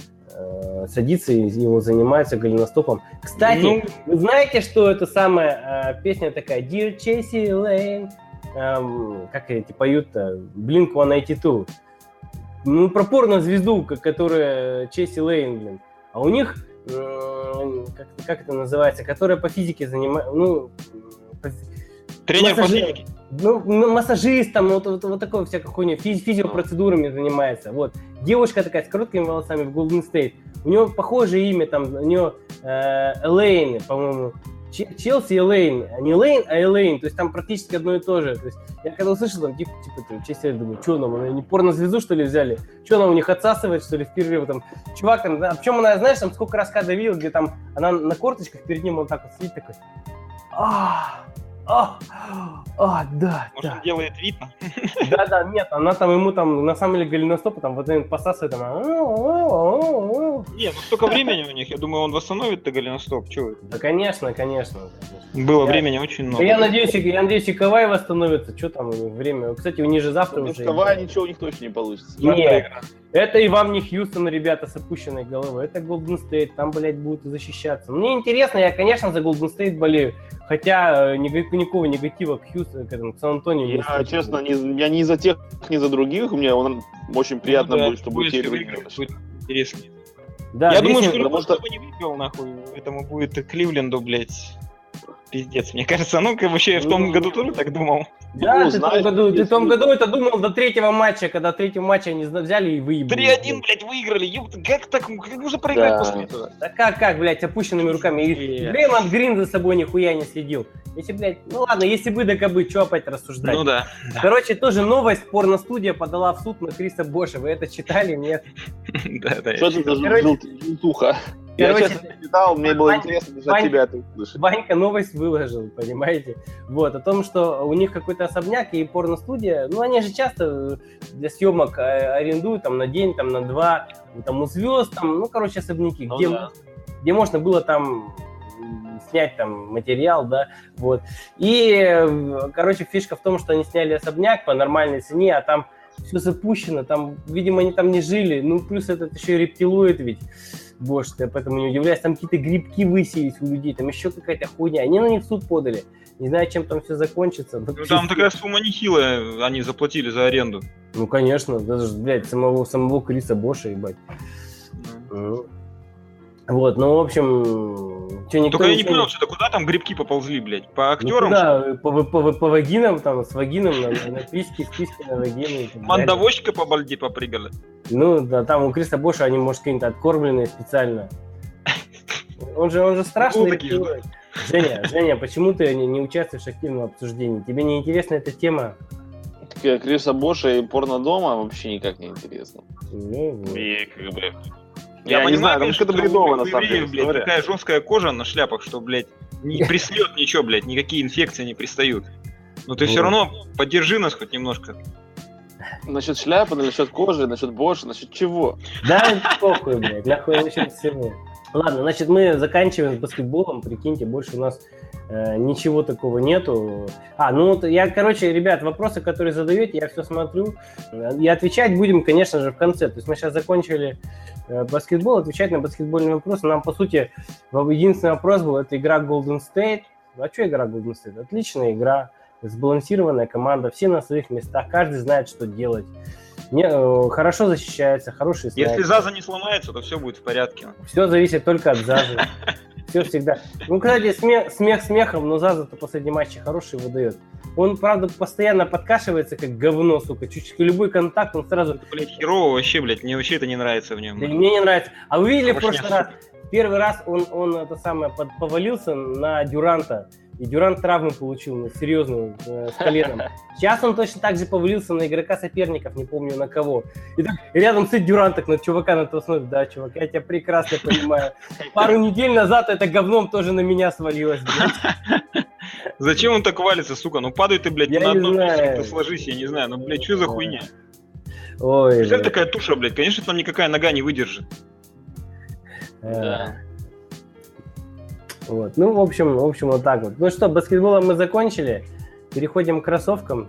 [SPEAKER 1] э, садится и его занимается голеностопом. Кстати,
[SPEAKER 3] Ну.
[SPEAKER 1] вы знаете, что это самая э, песня такая Dear Chasey Lane, эм, как эти поют-то, блинк сто восемьдесят два. Ну, про порно-звезду, ко- которая Чеси Лейн, блин. А у них, э, как, как это называется, которая по физике занимается, ну, по-
[SPEAKER 3] Тренер по
[SPEAKER 1] массажи-
[SPEAKER 3] физике.
[SPEAKER 1] Ну, ну, массажист, там, вот, вот, вот такой всякой хуйня, физи- физиопроцедурами занимается. Вот. Девушка такая с короткими волосами в Golden State. У нее похожее имя, там, у нее э, Элейн, по-моему. Че- Челси Элейн. Не Лейн, а Элейн. То есть там практически одно и то же. То есть я когда услышал, там, типа, типа Челси Элейн, думаю, что нам, она не порнозвезду, что ли, взяли? Что она у них отсасывает, что ли, в перерыве? Там, чувак, там, да, причем она, знаешь, там сколько раз когда видел, где там она на корточках, перед ним вот так вот сидит, такой. А, а, а, да,
[SPEAKER 3] Может,
[SPEAKER 1] да.
[SPEAKER 3] он делает вид, на?
[SPEAKER 1] Да, да, нет, она там ему там, на самом деле, голеностопы там вот один посасывает, там. ау-ау-ау-ау.
[SPEAKER 3] Не, ну столько времени у них, я думаю, он восстановит-то голеностоп. Чего?
[SPEAKER 1] Да, конечно, конечно. конечно.
[SPEAKER 3] Было
[SPEAKER 1] Я-
[SPEAKER 3] времени очень
[SPEAKER 1] Да
[SPEAKER 3] много.
[SPEAKER 1] я надеюсь, и- я надеюсь, и Кавай восстановится. Что там у них время? Кстати, у них же завтра
[SPEAKER 2] Без
[SPEAKER 1] уже.
[SPEAKER 2] Кавая
[SPEAKER 1] игра.
[SPEAKER 2] ничего у них точно не получится.
[SPEAKER 1] Нет, это и вам не Хьюстон, ребята, с опущенной головой. Это Голден Стейт, там, блядь, будут защищаться. Мне интересно, я, конечно, за Голден Стейт болею. Хотя э, никак- никакого негатива к Хьюстону, к, этому, к Сан-Антонио не
[SPEAKER 2] Я,
[SPEAKER 1] испытываю.
[SPEAKER 2] честно, не, я ни за тех, ни за других. Мне он очень приятно
[SPEAKER 3] Ну да,
[SPEAKER 2] будет, что
[SPEAKER 3] будет,
[SPEAKER 2] будет
[SPEAKER 3] если
[SPEAKER 2] выигрывать.
[SPEAKER 3] выиграть, будет интересно.
[SPEAKER 1] Да,
[SPEAKER 3] Я думаю,
[SPEAKER 1] весь-
[SPEAKER 3] что любой,
[SPEAKER 2] потому что-
[SPEAKER 3] кто бы не выиграл, нахуй, этому будет и Кливленду, блядь, пиздец, мне кажется. Ну, как вообще, я в том
[SPEAKER 1] Ну,
[SPEAKER 3] году тоже так думал.
[SPEAKER 1] Да,
[SPEAKER 2] Ну,
[SPEAKER 1] ты,
[SPEAKER 2] знаешь,
[SPEAKER 1] в том году, ты в том
[SPEAKER 2] если-
[SPEAKER 1] году это думал до третьего матча, когда третьего матча они зна- взяли и выебали.
[SPEAKER 3] три один, блядь, выиграли. Ёпта, как так? Как можно проиграть
[SPEAKER 2] Да.
[SPEAKER 3] после этого?
[SPEAKER 1] Да как, как, блядь, с опущенными руками? И
[SPEAKER 3] Нет.
[SPEAKER 1] Дреймонд Грин за собой нихуя не следил. Если, блядь, ну ладно, если бы да кабы, что опять рассуждать?
[SPEAKER 3] Ну да.
[SPEAKER 1] Короче, тоже новость, порно-студия подала в суд на Криса Боша. Вы это читали, нет?
[SPEAKER 3] Да, да.
[SPEAKER 2] Что это за
[SPEAKER 1] Короче-
[SPEAKER 2] жел- желтуха? Я,
[SPEAKER 1] Короче,
[SPEAKER 2] честно, не читал, мне было
[SPEAKER 1] Вань-
[SPEAKER 2] интересно даже
[SPEAKER 1] Вань-
[SPEAKER 2] от тебя это услышать.
[SPEAKER 1] Ванька новость выложил, понимаете? Вот, о том, что у них какой-то особняк и порностудия, ну, они же часто для съемок э, арендуют там на день, там на два, ну, там у звезд, там, ну, короче, особняки,
[SPEAKER 2] Ну
[SPEAKER 1] где,
[SPEAKER 2] да.
[SPEAKER 1] где можно было там м, снять там материал, да, вот. И, э, короче, фишка в том, что они сняли особняк по нормальной цене, а там все запущено, там, видимо, они там не жили, ну, плюс этот еще и рептилоид ведь, боже, я поэтому не удивляюсь, там какие-то грибки высились у людей, там еще какая-то хуйня, они на них в суд подали, не знаю, чем там все закончится.
[SPEAKER 3] Ну, там такая сумма нехилая, они заплатили за аренду.
[SPEAKER 1] Ну, конечно, даже, блядь, самого, самого Криса Боша, ебать.
[SPEAKER 3] Ну.
[SPEAKER 1] Вот, ну, в общем, что никто...
[SPEAKER 3] Только я не
[SPEAKER 1] ничего
[SPEAKER 3] понял, что куда там грибки поползли, блядь? По
[SPEAKER 1] Ну,
[SPEAKER 3] актерам?
[SPEAKER 1] да, по, по, по вагинам, там, с вагином, на, на письки, с письки на вагины. и так далее.
[SPEAKER 3] Мандавочка по бальде попрыгали.
[SPEAKER 1] Ну, да, там у Криса Боша они, может, какие-то откормленные специально. Он же, он же страшный.
[SPEAKER 3] Был таких,
[SPEAKER 1] рептилоид. Женя, Женя, почему ты не, не участвуешь в активном обсуждении? Тебе не интересна эта тема?
[SPEAKER 2] Так, Криса Боша и порнодома вообще никак не интересно.
[SPEAKER 1] Ну, вот.
[SPEAKER 2] И как бы...
[SPEAKER 3] Я,
[SPEAKER 2] Я, не
[SPEAKER 3] понимаю,
[SPEAKER 2] знаю, там
[SPEAKER 3] конечно,
[SPEAKER 2] что-то
[SPEAKER 3] что
[SPEAKER 2] бредово,
[SPEAKER 3] у
[SPEAKER 2] на самом деле,
[SPEAKER 3] евреев, блядь,
[SPEAKER 2] история.
[SPEAKER 3] такая жесткая кожа на шляпах, что, блядь, не приснет ничего, блядь, никакие инфекции не пристают. Но ты все
[SPEAKER 1] Вот.
[SPEAKER 3] равно поддержи нас хоть немножко.
[SPEAKER 2] Насчет шляпы, насчет кожи, насчет Боша, насчет чего?
[SPEAKER 1] Да, похуй, блядь, нахуй насчет всего. Ладно, значит, мы заканчиваем с баскетболом, прикиньте, больше у нас э, ничего такого нету. А, ну вот я, короче, ребят, вопросы, которые задаете, я все смотрю, э, и отвечать будем, конечно же, в конце. То есть мы сейчас закончили э, баскетбол, отвечать на баскетбольные вопросы. Нам, по сути, единственный вопрос был, это игра Golden State. А что игра Golden State? Отличная игра, сбалансированная команда, все на своих местах, каждый знает, что делать. Не, э, хорошо защищается, хороший снайпер.
[SPEAKER 3] Если Заза не сломается, то все будет в порядке.
[SPEAKER 1] Все зависит только от Зазы. Все всегда. Ну, кстати, смех, смех смехом, но Заза-то последний матч хороший выдает. Он, правда, постоянно подкашивается, как говно, сука. Чуть-чуть любой контакт, он сразу...
[SPEAKER 3] Это, блядь, херово вообще, блядь, мне вообще это не нравится в нем.
[SPEAKER 1] Да и мне не нравится. А вы видели в
[SPEAKER 3] Хорош
[SPEAKER 1] прошлый
[SPEAKER 3] не
[SPEAKER 1] раз? Первый раз он, он это самое, под, повалился на Дюранта. И Дюрант травму получил, ну, серьезную, э, с коленом. Сейчас он точно так же повалился на игрока соперников, не помню на кого. И так рядом с Дюрант, так на чувака на того смотрит. Да, чувак, я тебя прекрасно понимаю. Пару недель назад это говном тоже на меня свалилось, блядь.
[SPEAKER 3] Зачем он так валится, сука? Ну падай ты, блядь,
[SPEAKER 1] Я
[SPEAKER 3] на
[SPEAKER 1] не
[SPEAKER 3] одном месте,
[SPEAKER 1] знаю.
[SPEAKER 3] как-то сложись, я не знаю. Ну, блядь, что за
[SPEAKER 1] Да.
[SPEAKER 3] хуйня?
[SPEAKER 1] Ой,
[SPEAKER 3] Представь,
[SPEAKER 1] блядь.
[SPEAKER 3] такая туша, блядь, конечно, там никакая нога не выдержит.
[SPEAKER 1] Э, Вот. Ну, в общем, в общем, вот так вот. Ну что, баскетболом мы закончили. Переходим к кроссовкам.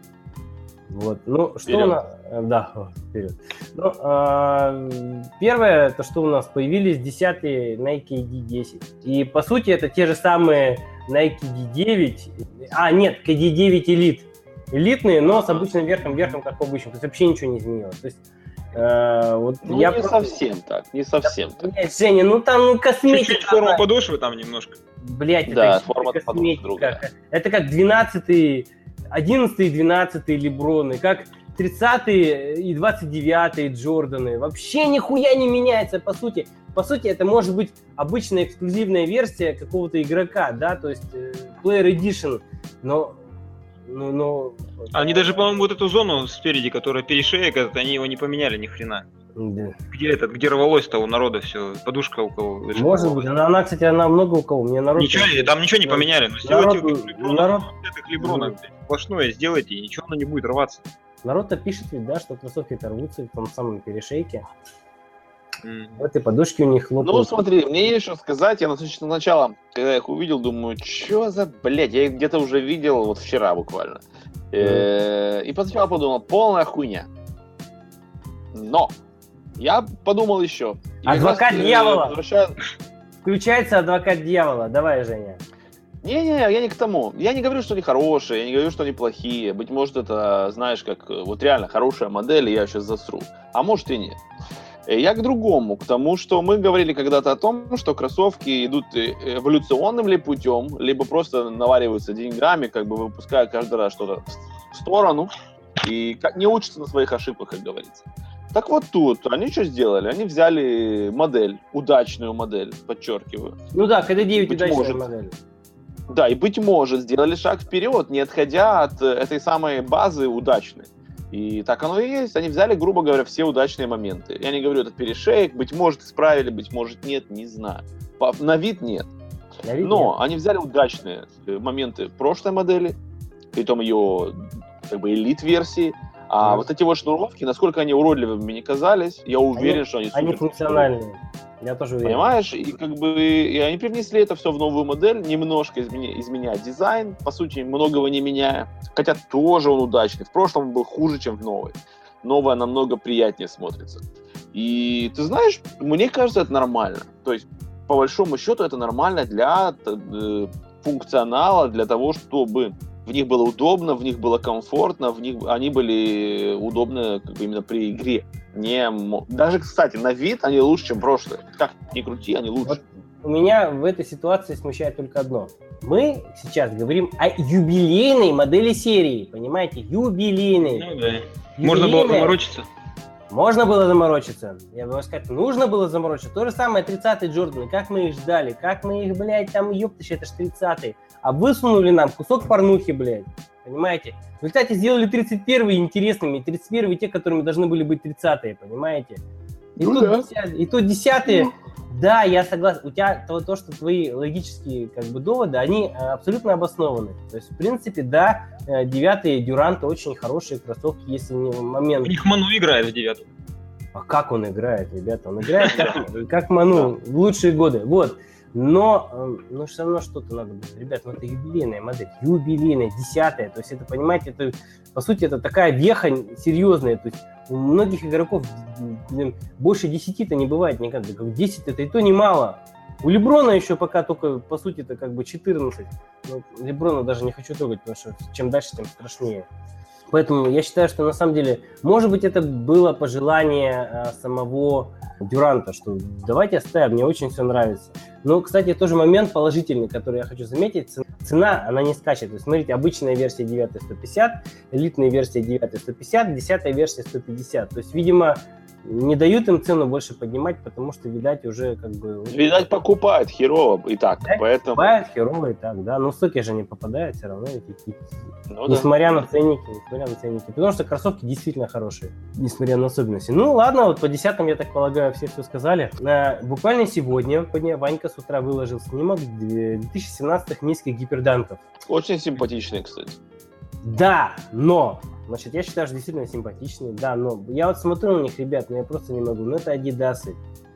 [SPEAKER 1] Вот. Ну, что
[SPEAKER 2] Вперед.
[SPEAKER 1] у нас... э, Да, о, вперед. Ну, а, первое, то, что у нас появились десятые Nike эй ди десять. И, по сути, это те же самые Nike ди девять. А, нет, эй ди девять Elite. Элитные, но с обычным верхом, верхом, как обычно. То есть вообще ничего не изменилось. То есть, э, вот
[SPEAKER 2] Ну,
[SPEAKER 1] я
[SPEAKER 2] не
[SPEAKER 1] просто-
[SPEAKER 2] совсем так, не совсем так.
[SPEAKER 1] Блядь, Женя, ну там ну, косметика.
[SPEAKER 3] Чуть-чуть форма подошвы там немножко.
[SPEAKER 1] Блять,
[SPEAKER 2] Да,
[SPEAKER 1] это
[SPEAKER 2] форма
[SPEAKER 1] чисто
[SPEAKER 2] подошвы
[SPEAKER 1] косметика.
[SPEAKER 2] другая.
[SPEAKER 1] Это как двенадцатый, одиннадцатый и двенадцатый Леброны, как тридцатые и двадцать девятые Джорданы. Вообще нихуя не меняется, по сути. По сути, это может быть обычная эксклюзивная версия какого-то игрока, да, то есть э, Player Edition, но... Ну, ну,
[SPEAKER 3] Они даже, по-моему, вот эту зону спереди, которая перешеек, этот, они его не поменяли ни хрена.
[SPEAKER 1] да.
[SPEAKER 3] Где этот, где рвалось-то у народа все, подушка у кого?
[SPEAKER 1] Может быть, она, она, кстати, она много у кого, мне народ...
[SPEAKER 3] Ничего, там ничего не поменяли. Но сделайте
[SPEAKER 1] Народ-
[SPEAKER 3] вот Леброна,
[SPEAKER 1] народ-
[SPEAKER 3] вот этих Леброна, блядь, сплошное сделайте, и ничего оно не будет рваться.
[SPEAKER 1] Народ-то пишет ведь, да, что кроссовки-то рвутся в том самом перешейке.
[SPEAKER 3] М.
[SPEAKER 1] Вот и подушки у них хлопают.
[SPEAKER 2] Ну, смотри, мне есть что сказать. Я начну сначала, когда я их увидел, думаю, что за, блядь, я их где-то уже видел, вот вчера буквально. Э, И сначала подумал, полная хуйня. Но я подумал еще. И как
[SPEAKER 1] Адвокат
[SPEAKER 2] раз, э,
[SPEAKER 1] дьявола.
[SPEAKER 2] возвращаю-
[SPEAKER 1] Включается адвокат дьявола. Давай, Женя.
[SPEAKER 2] Не-не, я не к тому. Я не говорю, что они хорошие, я не говорю, что они плохие. Быть может, это, знаешь, как э, вот реально хорошая модель, и я сейчас засру. А может и нет. Э, Я к другому, к тому, что мы говорили когда-то о том, что кроссовки идут э, эволюционным ли путем, либо просто навариваются деньгами, как бы выпуская каждый раз что-то в сторону, и как- не учатся на своих ошибках, как говорится. Так вот тут, они что сделали? Они взяли модель, удачную модель, подчеркиваю.
[SPEAKER 1] Ну да, КД девять
[SPEAKER 2] Быть
[SPEAKER 1] удачная
[SPEAKER 2] может.
[SPEAKER 1] модель.
[SPEAKER 2] Да, и, быть может, сделали шаг вперед, не отходя от э, этой самой базы удачной. И так оно и есть. Они взяли, грубо говоря, все удачные моменты. Я не говорю, этот перешейк, быть может, исправили, быть может, нет, не знаю. По, на вид нет. На вид Но нет. Они взяли удачные моменты прошлой модели, притом ее как бы элит-версии. А mm. вот эти вот шнуровки, насколько они уродливыми не казались, я уверен,
[SPEAKER 1] они,
[SPEAKER 2] что они...
[SPEAKER 1] Они функциональные. Я тоже уверен.
[SPEAKER 2] Понимаешь? И как бы и они привнесли это все в новую модель, немножко изменя, изменяя дизайн, по сути, многого не меняя. Хотя тоже он удачный. В прошлом он был хуже, чем в новой. Новая намного приятнее смотрится. И ты знаешь, мне кажется, это нормально. То есть, по большому счету, это нормально для э, функционала, для того, чтобы в них было удобно, в них было комфортно, в них они были удобны как бы именно при игре. Не, даже, кстати, на вид они лучше, чем прошлые. Как ни крути, они лучше. Вот
[SPEAKER 1] у меня в этой ситуации смущает только одно. Мы сейчас говорим о юбилейной модели серии, понимаете? Юбилейной.
[SPEAKER 3] Ну, да. Можно было заморочиться.
[SPEAKER 1] Можно было заморочиться. Я бы сказать, нужно было заморочиться. То же самое тридцатые Джорданы. Как мы их ждали, как мы их, блядь, там, ёптыщи, это ж тридцатые. А высунули нам кусок порнухи, блядь. Понимаете? В результате сделали тридцать первые интересными, тридцать первые те, которыми должны были быть тридцатые, понимаете? И, ну, тут, да. десятые, и тут десятые, ну. Да, я согласен. У тебя то, то, что твои логические как бы доводы, они абсолютно обоснованы. То есть, в принципе, да, девятые Дюранты очень хорошие кроссовки, если не момент...
[SPEAKER 3] У них Ману играет в девятом.
[SPEAKER 1] А как он играет, ребята? Он играет как, как Ману в лучшие годы. Вот. Но, но все равно что-то надо будет. Ребят, ну это юбилейная модель, юбилейная, десятая. То есть это, понимаете, это, по сути, это такая веха серьезная. То есть у многих игроков блин, больше десяти-то не бывает никогда. десять это и то немало. У Леброна еще пока только, по сути, это как бы четырнадцать. Но Леброна даже не хочу трогать, потому что чем дальше, тем страшнее. Поэтому я считаю, что на самом деле, может быть, это было пожелание а, самого Дюранта, что давайте оставим, мне очень все нравится. Но, кстати, тоже момент положительный, который я хочу заметить, цена, она не скачет. То есть, смотрите, обычная версия девятая сто пятьдесят, элитная версия девятая сто пятьдесят, десятая версия сто пятьдесят. То есть, видимо, не дают им цену больше поднимать, потому что, видать, уже как бы...
[SPEAKER 2] Видать, покупают херово и так, видать, поэтому...
[SPEAKER 1] Покупают херово и так, да, но в стоке же не попадают все равно эти ну, несмотря да. на ценники, несмотря на ценники, потому что кроссовки действительно хорошие, несмотря на особенности. Ну, ладно, вот по десятым, я так полагаю, все все сказали. А, буквально сегодня Ванька с утра выложил снимок две тысячи семнадцатых низких гиперданков.
[SPEAKER 2] Очень симпатичные, кстати.
[SPEAKER 1] Да, но... Значит, я считаю, что действительно симпатичные, да, но я вот смотрю на них, ребят, но я просто не могу. Ну, это адидасы.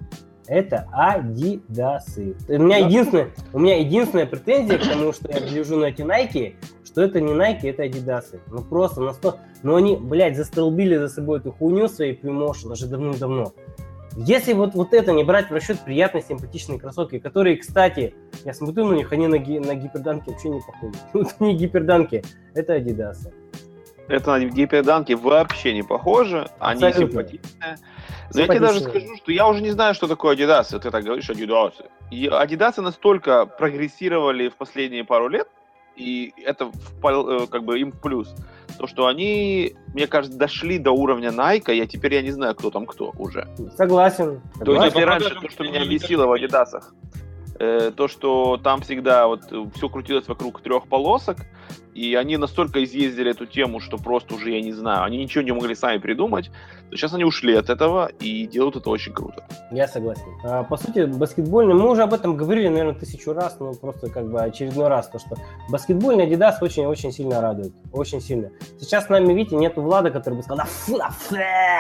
[SPEAKER 1] Это адидасы. У меня, да. единственная, у меня единственная претензия к тому, что я гляжу на эти Nike, что это не Nike, это адидасы. Ну, просто на сто... Ну, они, блядь, застолбили за собой эту хуйню своей Premotion уже давным-давно. Если вот, вот это не брать в расчет приятные, симпатичные кроссовки, которые, кстати, я смотрю на них, они на, ги... на гиперданки вообще не похожи. Вот они гиперданки, это адидасы.
[SPEAKER 2] Это на гиперданки вообще не похоже, они Абсолютно. симпатичные. Но я тебе даже скажу, что я уже не знаю, что такое Adidas. Ты так говоришь, Adidas. И Adidas настолько прогрессировали в последние пару лет, и это в, как бы им в плюс, то, что они, мне кажется, дошли до уровня Nike, я теперь я не знаю, кто там кто уже.
[SPEAKER 1] Согласен.
[SPEAKER 2] То есть, если раньше то, что меня бесило в Адидасах, э, то, что там всегда вот все крутилось вокруг трех полосок, и они настолько изъездили эту тему, что просто уже, я не знаю, они ничего не могли сами придумать. Сейчас они ушли от этого и делают это очень круто.
[SPEAKER 1] Я согласен. А, по сути, баскетбольный, мы уже об этом говорили, наверное, тысячу раз, но просто как бы очередной раз, то, что баскетбольный Adidas очень-очень сильно радует. Очень сильно. Сейчас с нами, видите, нету Влада, который бы сказал, да фу, да фу,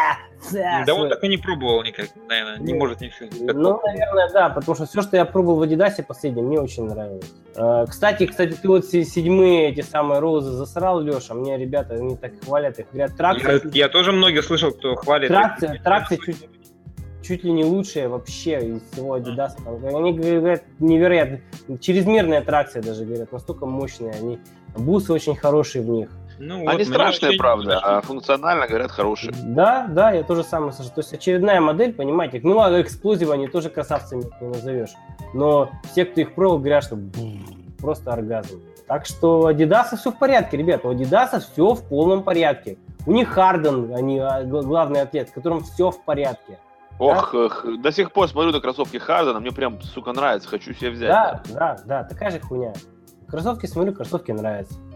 [SPEAKER 3] да, да он так и не пробовал никак, наверное, не может ничего.
[SPEAKER 1] Ну, наверное, да, потому что все, что я пробовал в Адидасе последнем, мне очень нравилось. А, кстати, кстати, ты вот седьмые эти самые розы засрал, Леша, мне ребята, они так хвалят их, говорят, тракция...
[SPEAKER 3] Я, я тоже многих слышал, кто хвалит.
[SPEAKER 1] Тракция, тракция чуть, чуть ли не лучшая вообще из всего Адидаса. Они говорят, невероятно, чрезмерная тракция даже, говорят, настолько мощные, они, бусы очень хорошие в них.
[SPEAKER 2] Ну, они вот, страшные, правда, а функционально, говорят, хорошие.
[SPEAKER 1] Да, да, я тоже самое скажу. То есть очередная модель, понимаете, ну, а эксплозив они тоже красавцами не назовешь. Но все, кто их пробовал, говорят, что просто оргазм. Так что Adidas все в порядке, ребята, у Adidas все в полном порядке. У них Харден, они главный атлет, с которым все в порядке.
[SPEAKER 2] Ох, да? эх, до сих пор смотрю на кроссовки Хардена, мне прям, сука, нравится, хочу себе взять.
[SPEAKER 1] Да, да, да, такая же хуйня. Кроссовки смотрю, кроссовки нравятся.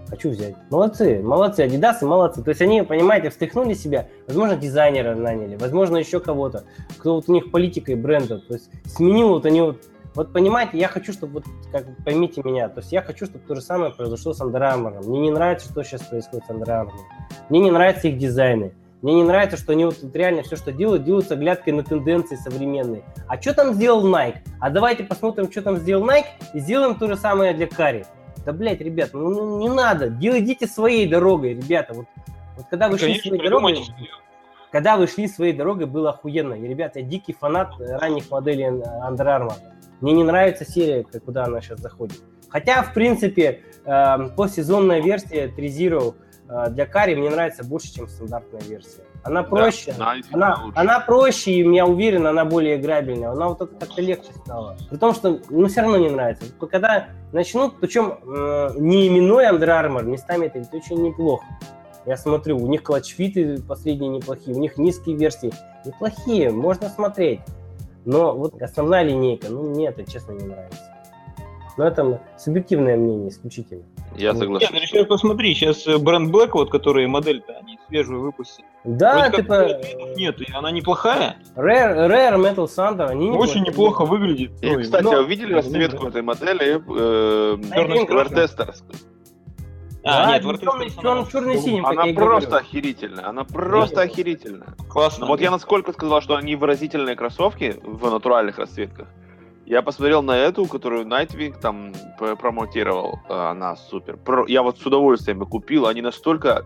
[SPEAKER 1] Хочу взять. Молодцы, молодцы, Adidas молодцы. То есть они, понимаете, встряхнули себя, возможно, дизайнера наняли, возможно, еще кого-то, кто вот у них политика и бренда. То есть сменил вот они вот, вот понимаете, я хочу, чтобы, вот, как поймите меня, то есть я хочу, чтобы то же самое произошло с Under Armour. Мне не нравится, что сейчас происходит с Under Armour. Мне не нравятся их дизайны. Мне не нравится, что они вот реально все, что делают, делают с оглядкой на тенденции современные. А что там сделал Nike? А давайте посмотрим, что там сделал Nike, и сделаем то же самое для Карри. Да, блядь, ребят, ну, ну не надо. Дел, идите своей дорогой, ребята. Вот, вот когда вы шли своей дорогой, когда вы шли своей дорогой, было охуенно. И, ребят, я дикий фанат ранних моделей Under Armour. Мне не нравится серия, куда она сейчас заходит. Хотя, в принципе, э, посезонная версия три Zero для Карри мне нравится больше, чем стандартная версия. Она проще, да, она, она проще, и я уверен, она более играбельная. Она вот как-то легче стала. При том, что ну, все равно не нравится. Когда начнут, причем э, не именной Under Armour, местами это ведь очень неплохо. Я смотрю, у них клатчфиты последние неплохие, у них низкие версии неплохие, можно смотреть. Но вот основная линейка, ну мне это честно не нравится. Но это субъективное мнение, исключительно.
[SPEAKER 2] Я согласен.
[SPEAKER 3] Нет, сейчас посмотри, сейчас бренд Black, вот, которые модель-то, они свежую выпустили.
[SPEAKER 1] Да, типа...
[SPEAKER 3] Нет, она неплохая.
[SPEAKER 1] Rare, Rare Metal Thunder, они
[SPEAKER 3] очень неплохо выглядит.
[SPEAKER 2] И,
[SPEAKER 3] Ой,
[SPEAKER 2] кстати,
[SPEAKER 3] но...
[SPEAKER 2] а вы видели расцветку этой модели? Вертестерской.
[SPEAKER 3] А,
[SPEAKER 1] да,
[SPEAKER 3] нет, Вертестер.
[SPEAKER 1] Черный-синий,
[SPEAKER 2] Она просто охерительная, она просто охерительная.
[SPEAKER 3] Классно.
[SPEAKER 2] Но вот я насколько сказал, что они выразительные кроссовки в натуральных расцветках. Я посмотрел на эту, которую Nightwing там промотировал, она супер. Я вот с удовольствием бы купил, они настолько,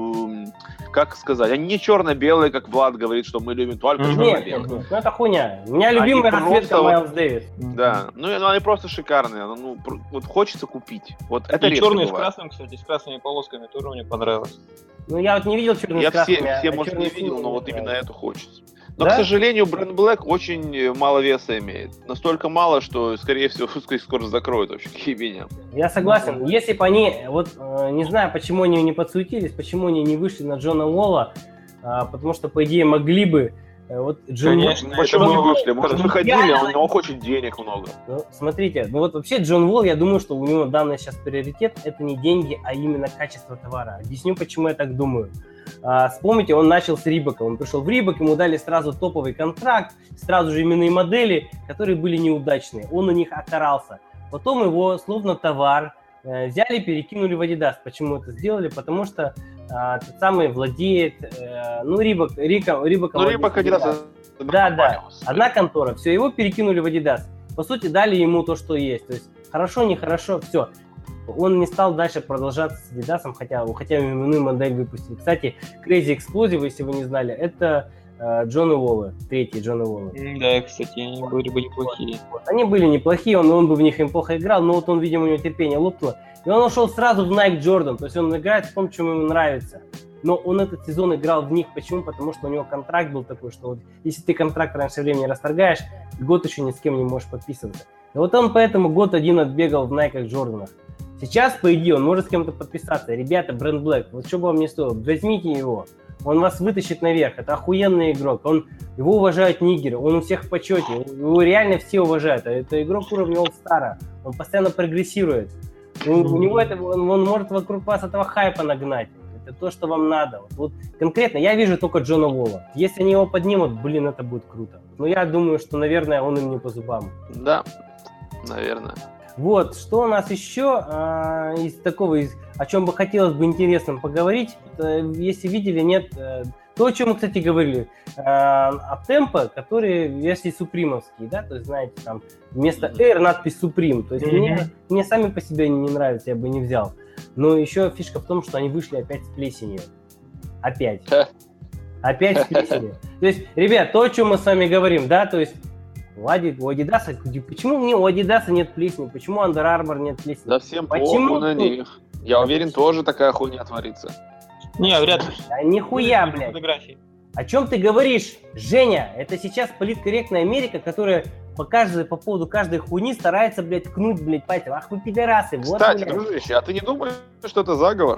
[SPEAKER 2] как сказать, они не черно-белые, как Влад говорит, что мы любим только mm-hmm. черно-белые.
[SPEAKER 1] Нет, нет, ну это хуйня. У меня любимая расцветка Майлз Дэвис.
[SPEAKER 2] Да, ну они просто шикарные, ну вот хочется купить. Вот это
[SPEAKER 3] и черный с красным, кстати, с красными полосками тоже мне понравилось.
[SPEAKER 1] Ну я вот не видел черный с красным.
[SPEAKER 2] Я все, все может, не видел, но вот именно эту хочется. Но, да? К сожалению, бренд Black очень мало веса имеет. Настолько мало, что, скорее всего, скоро закроют вообще меня.
[SPEAKER 1] Я согласен. Если бы они, вот не знаю, почему они не подсуетились, почему они не вышли на Джона Уолла, потому что, по идее, могли бы... Вот Джон...
[SPEAKER 2] Конечно, почему не вышли? Может, выходили, а у него очень денег много.
[SPEAKER 1] Ну, смотрите, ну вот вообще Джон Уолл, я думаю, что у него данный сейчас приоритет, это не деньги, а именно качество товара. Объясню, почему я так думаю. А, вспомните, он начал с Рибока, он пришел в Рибок, ему дали сразу топовый контракт, сразу же именные модели, которые были неудачные, он на них окарался. Потом его, словно товар, э, взяли и перекинули в Adidas. Почему это сделали? Потому что э, тот самый владеет, э, ну, Рибок, Рика, Рибок.
[SPEAKER 2] Ну, Рибок Adidas.
[SPEAKER 1] Да, да, одна контора, все, его перекинули в Adidas. По сути, дали ему то, что есть, то есть хорошо, нехорошо, все. Он не стал дальше продолжаться с Adidas, хотя, хотя именную модель выпустили. Кстати, Crazy Explosive, если вы не знали, это э, Джон Уолла, третий Джон Уолла.
[SPEAKER 3] Да, кстати, они были бы неплохие.
[SPEAKER 1] Вот. Они были неплохие, он, он бы в них им плохо играл, но вот он, видимо, у него терпение лопнуло. И он ушел сразу в Nike Jordan, то есть он играет в том, чем ему нравится. Но он этот сезон играл в них. Почему? Потому что у него контракт был такой, что вот, если ты контракт раньше времени расторгаешь, год еще ни с кем не можешь подписываться. И вот он поэтому год один отбегал в Nike Jordan. Сейчас, по идее, он может с кем-то подписаться. Ребята, бренд Black, вот что бы вам не стоило, возьмите его. Он вас вытащит наверх. Это охуенный игрок. Он, его уважают нигеры, он у всех в почете. Его реально все уважают. Это игрок уровня All-Star. Он постоянно прогрессирует. У, у него это, он, он может вокруг вас этого хайпа нагнать. Это то, что вам надо. Вот, вот конкретно я вижу только Джона Уолла. Если они его поднимут, блин, это будет круто. Но я думаю, что, наверное, он им не по зубам.
[SPEAKER 2] Да, наверное.
[SPEAKER 1] Вот, что у нас еще а, из такого, из, о чем бы хотелось бы интересным поговорить, это, если видели, нет, то, о чем мы, кстати, говорили, Аптемпо, которые версии супримовские, да, то есть, знаете, там вместо R надпись Supreme, то есть mm-hmm. мне, мне сами по себе они не нравятся, я бы не взял, но еще фишка в том, что они вышли опять с плесенью, опять, опять с плесенью, то есть, ребят, то, о чем мы с вами говорим, да, то есть, У Adidas, почему мне у Adidas нет плесени? Почему Under Armour нет плесени?
[SPEAKER 2] Да всем похуй на них. Я уверен, тоже такая хуйня творится.
[SPEAKER 3] Не, вряд ли.
[SPEAKER 1] Да нихуя, блядь. Фотографии. О чем ты говоришь, Женя? Это сейчас политкорректная Америка, которая по, каждой, по поводу каждой хуйни старается, блядь, ткнуть, блядь, пальцем. Ах вы пидорасы.
[SPEAKER 2] Кстати,
[SPEAKER 1] вот,
[SPEAKER 2] дружище, а ты не думаешь, что это заговор?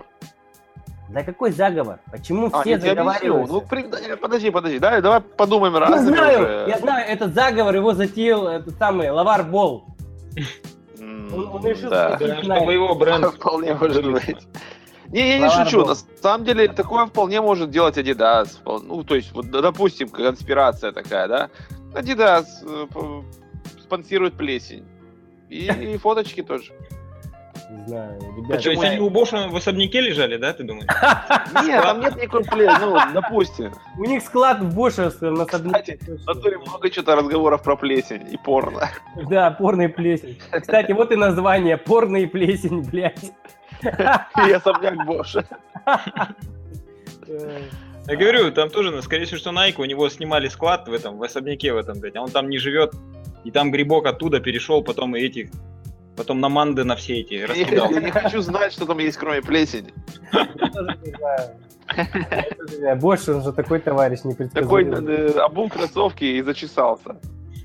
[SPEAKER 1] Да какой заговор? Почему
[SPEAKER 2] а,
[SPEAKER 1] все заговариваются?
[SPEAKER 2] Ну, при... подожди, подожди, да, давай подумаем раз.
[SPEAKER 1] Я знаю, уже. я знаю, этот заговор его затеял этот самый Лавар Бол.
[SPEAKER 2] Mm, он, он решил, да.
[SPEAKER 3] Да, чтобы его бренд
[SPEAKER 2] вполне может быть. Не, я не шучу, на самом деле такое вполне может делать Adidas. Ну, то есть, вот, допустим, конспирация такая, да? Adidas э, спонсирует плесень. И, и фоточки тоже.
[SPEAKER 1] Не знаю, ребята.
[SPEAKER 3] Почему? То есть они у Боша в особняке лежали, да, ты думаешь?
[SPEAKER 2] Нет, там нет никакой плесени, ну, допустим.
[SPEAKER 1] У них склад в Боше на особняке.
[SPEAKER 2] Кстати, в натуре много что-то разговоров про плесень и порно.
[SPEAKER 1] Да, порно и плесень. Кстати, вот и название, порно и плесень, блядь.
[SPEAKER 2] И особняк Боша.
[SPEAKER 3] Я говорю, там тоже, ну, скорее всего, что Nike, у него снимали склад в этом, в особняке в этом, блядь, а он там не живет, и там грибок оттуда перешел, потом и этих, потом на манды на все эти раскидал.
[SPEAKER 2] Я не хочу знать, что там есть, кроме плесени.
[SPEAKER 1] Я тоже не знаю. Больше он же такой товарищ непредсказуемый.
[SPEAKER 2] Такой обул кроссовки и зачесался.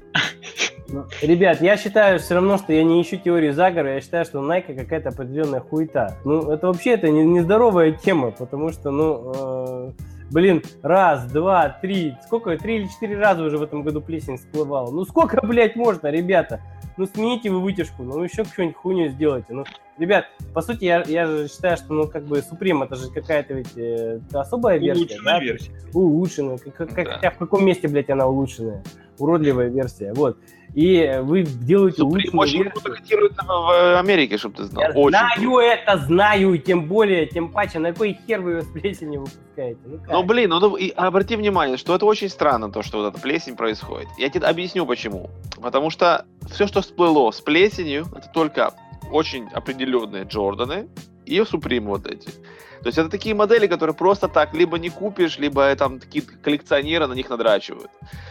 [SPEAKER 1] Ребят, я считаю все равно, что я не ищу теорию заговора, я считаю, что Nike какая-то определенная хуета. Ну, это вообще это не, нездоровая тема, потому что, ну, э, блин, раз, два, три, сколько, три или четыре раза уже в этом году плесень всплывала. Ну, сколько, блядь, можно, ребята? Ну, смените вы вытяжку, ну, еще что-нибудь хуйню сделайте. Ну, ребят, по сути, я, я же считаю, что, ну, как бы, Supreme, это же какая-то ведь э, особая версия.
[SPEAKER 3] Улучшенная
[SPEAKER 1] да?
[SPEAKER 3] версия.
[SPEAKER 1] Улучшенная. Как, как,
[SPEAKER 3] Да.
[SPEAKER 1] Хотя в каком месте, блядь, она улучшенная? Уродливая версия, вот. И вы делаете
[SPEAKER 2] Supreme
[SPEAKER 1] улучшенную
[SPEAKER 2] очень
[SPEAKER 1] версию.
[SPEAKER 2] круто котируется в Америке, чтобы ты знал.
[SPEAKER 1] Я
[SPEAKER 2] Очень
[SPEAKER 1] знаю
[SPEAKER 2] круто.
[SPEAKER 1] это, знаю, и тем более, тем паче, на какой хер вы его с плесенью выпускаете? Ну, как?
[SPEAKER 2] Ну, блин, ну, ну, и обрати внимание, что это очень странно, то, что вот эта плесень происходит. Я тебе объясню, почему. Потому что все, что всплыло с плесенью, это только очень определенные Джорданы и Supreme вот эти. То есть это такие модели, которые просто так либо не купишь, либо там такие коллекционеры на них надрачивают.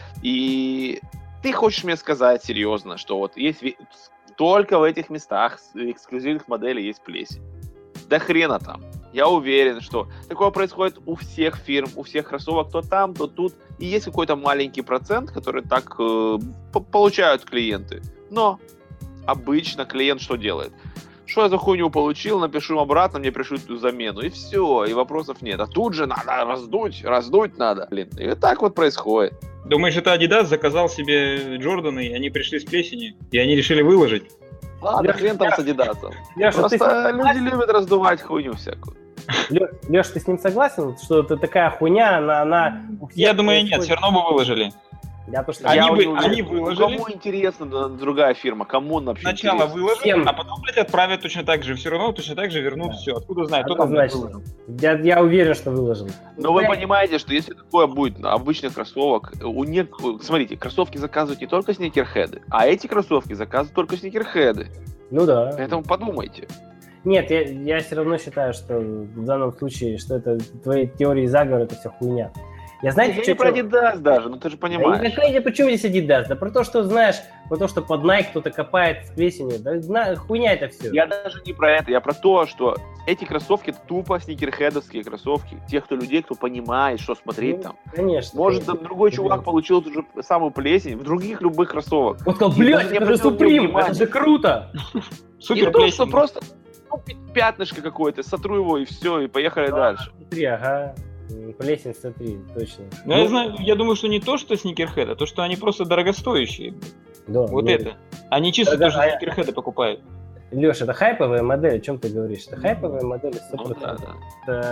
[SPEAKER 2] И ты хочешь мне сказать серьезно, что вот есть ве- только в этих местах эксклюзивных моделей есть плесень? Да хрена там. Я уверен, что такое происходит у всех фирм, у всех кроссовок, то там, то тут. И есть какой-то маленький процент, который так э, по- получают клиенты. Но обычно клиент что делает? Что я за хуйню получил, напишу обратно, мне пришлют замену, и все, и вопросов нет. А тут же надо раздуть, раздуть надо. Блин, и так вот происходит.
[SPEAKER 3] Думаешь, это Adidas заказал себе Джорданы, и они пришли с плесенью, и они решили выложить?
[SPEAKER 2] Ладно,
[SPEAKER 1] Лёш,
[SPEAKER 2] хрен там
[SPEAKER 1] я-
[SPEAKER 2] с Адидасом.
[SPEAKER 1] Леша,
[SPEAKER 2] Просто
[SPEAKER 1] ты,
[SPEAKER 2] люди любят раздувать хуйню всякую.
[SPEAKER 1] Лё- Лёш, ты с ним согласен, что это такая хуйня, она... она у всех
[SPEAKER 3] Я думаю, нет,
[SPEAKER 1] происходит?
[SPEAKER 3] все равно бы выложили.
[SPEAKER 1] Я то, что
[SPEAKER 3] Они
[SPEAKER 1] я
[SPEAKER 3] бы-
[SPEAKER 1] не уверен.
[SPEAKER 3] они выложили.
[SPEAKER 2] Кому интересно да, другая фирма? Кому он вообще
[SPEAKER 3] Сначала
[SPEAKER 2] интересно?
[SPEAKER 3] выложили,
[SPEAKER 1] Всем.
[SPEAKER 3] а потом, блядь, отправят точно так же. Все равно точно так же вернут
[SPEAKER 1] Да.
[SPEAKER 3] все. Откуда знаю, кто там блядь,
[SPEAKER 1] Однозначно.
[SPEAKER 3] выложил.
[SPEAKER 1] Я, я уверен, что выложил.
[SPEAKER 2] Но вы
[SPEAKER 1] Блядь,
[SPEAKER 2] понимаете, что если такое будет на обычных кроссовок, у нет... Смотрите, кроссовки заказывают не только сникерхеды, а эти кроссовки заказывают только сникерхеды.
[SPEAKER 1] Ну да.
[SPEAKER 2] Поэтому подумайте.
[SPEAKER 1] Нет, я, я все равно считаю, что в данном случае, что это твои теории заговора, это все хуйня. Я знаете,
[SPEAKER 2] Я
[SPEAKER 1] что...
[SPEAKER 2] не про Adidas даже, ну ты же
[SPEAKER 1] Да
[SPEAKER 2] понимаешь.
[SPEAKER 1] и какая, почему здесь Adidas? Да про то, что, знаешь, про то, что под Nike кто-то копает с плесенью. Да зна- хуйня это все.
[SPEAKER 2] Я даже не про это, я про то, что эти кроссовки это тупо сникерхедовские кроссовки. Тех, кто людей, кто понимает, что смотреть
[SPEAKER 1] Ну,
[SPEAKER 2] там.
[SPEAKER 1] Конечно.
[SPEAKER 2] Может,
[SPEAKER 1] конечно.
[SPEAKER 2] там другой
[SPEAKER 1] Да.
[SPEAKER 2] чувак получил ту же самую плесень в других любых кроссовок.
[SPEAKER 1] Он сказал,
[SPEAKER 2] И
[SPEAKER 1] блядь,
[SPEAKER 2] даже не
[SPEAKER 1] это же
[SPEAKER 2] обратил
[SPEAKER 1] Supreme,
[SPEAKER 2] внимания.
[SPEAKER 1] это же круто.
[SPEAKER 3] Супер
[SPEAKER 2] И то, что
[SPEAKER 3] плесень.
[SPEAKER 2] просто ну, пятнышко какое-то, сотру его и все, и поехали дальше.
[SPEAKER 1] Смотри, ага. М, Плесень, смотри, точно.
[SPEAKER 3] Ну, я знаю, я думаю, что не то, что сникерхед, а то, что они просто дорогостоящие.
[SPEAKER 1] Да,
[SPEAKER 3] Вот
[SPEAKER 1] ну,
[SPEAKER 3] это. Они чисто
[SPEAKER 1] Дорого-
[SPEAKER 3] тоже сникерхеды покупают.
[SPEAKER 1] Леша, это хайповая модель, о чем ты говоришь? Это хайповая модель,
[SPEAKER 2] Ну,
[SPEAKER 1] сто
[SPEAKER 2] да,
[SPEAKER 1] процентов.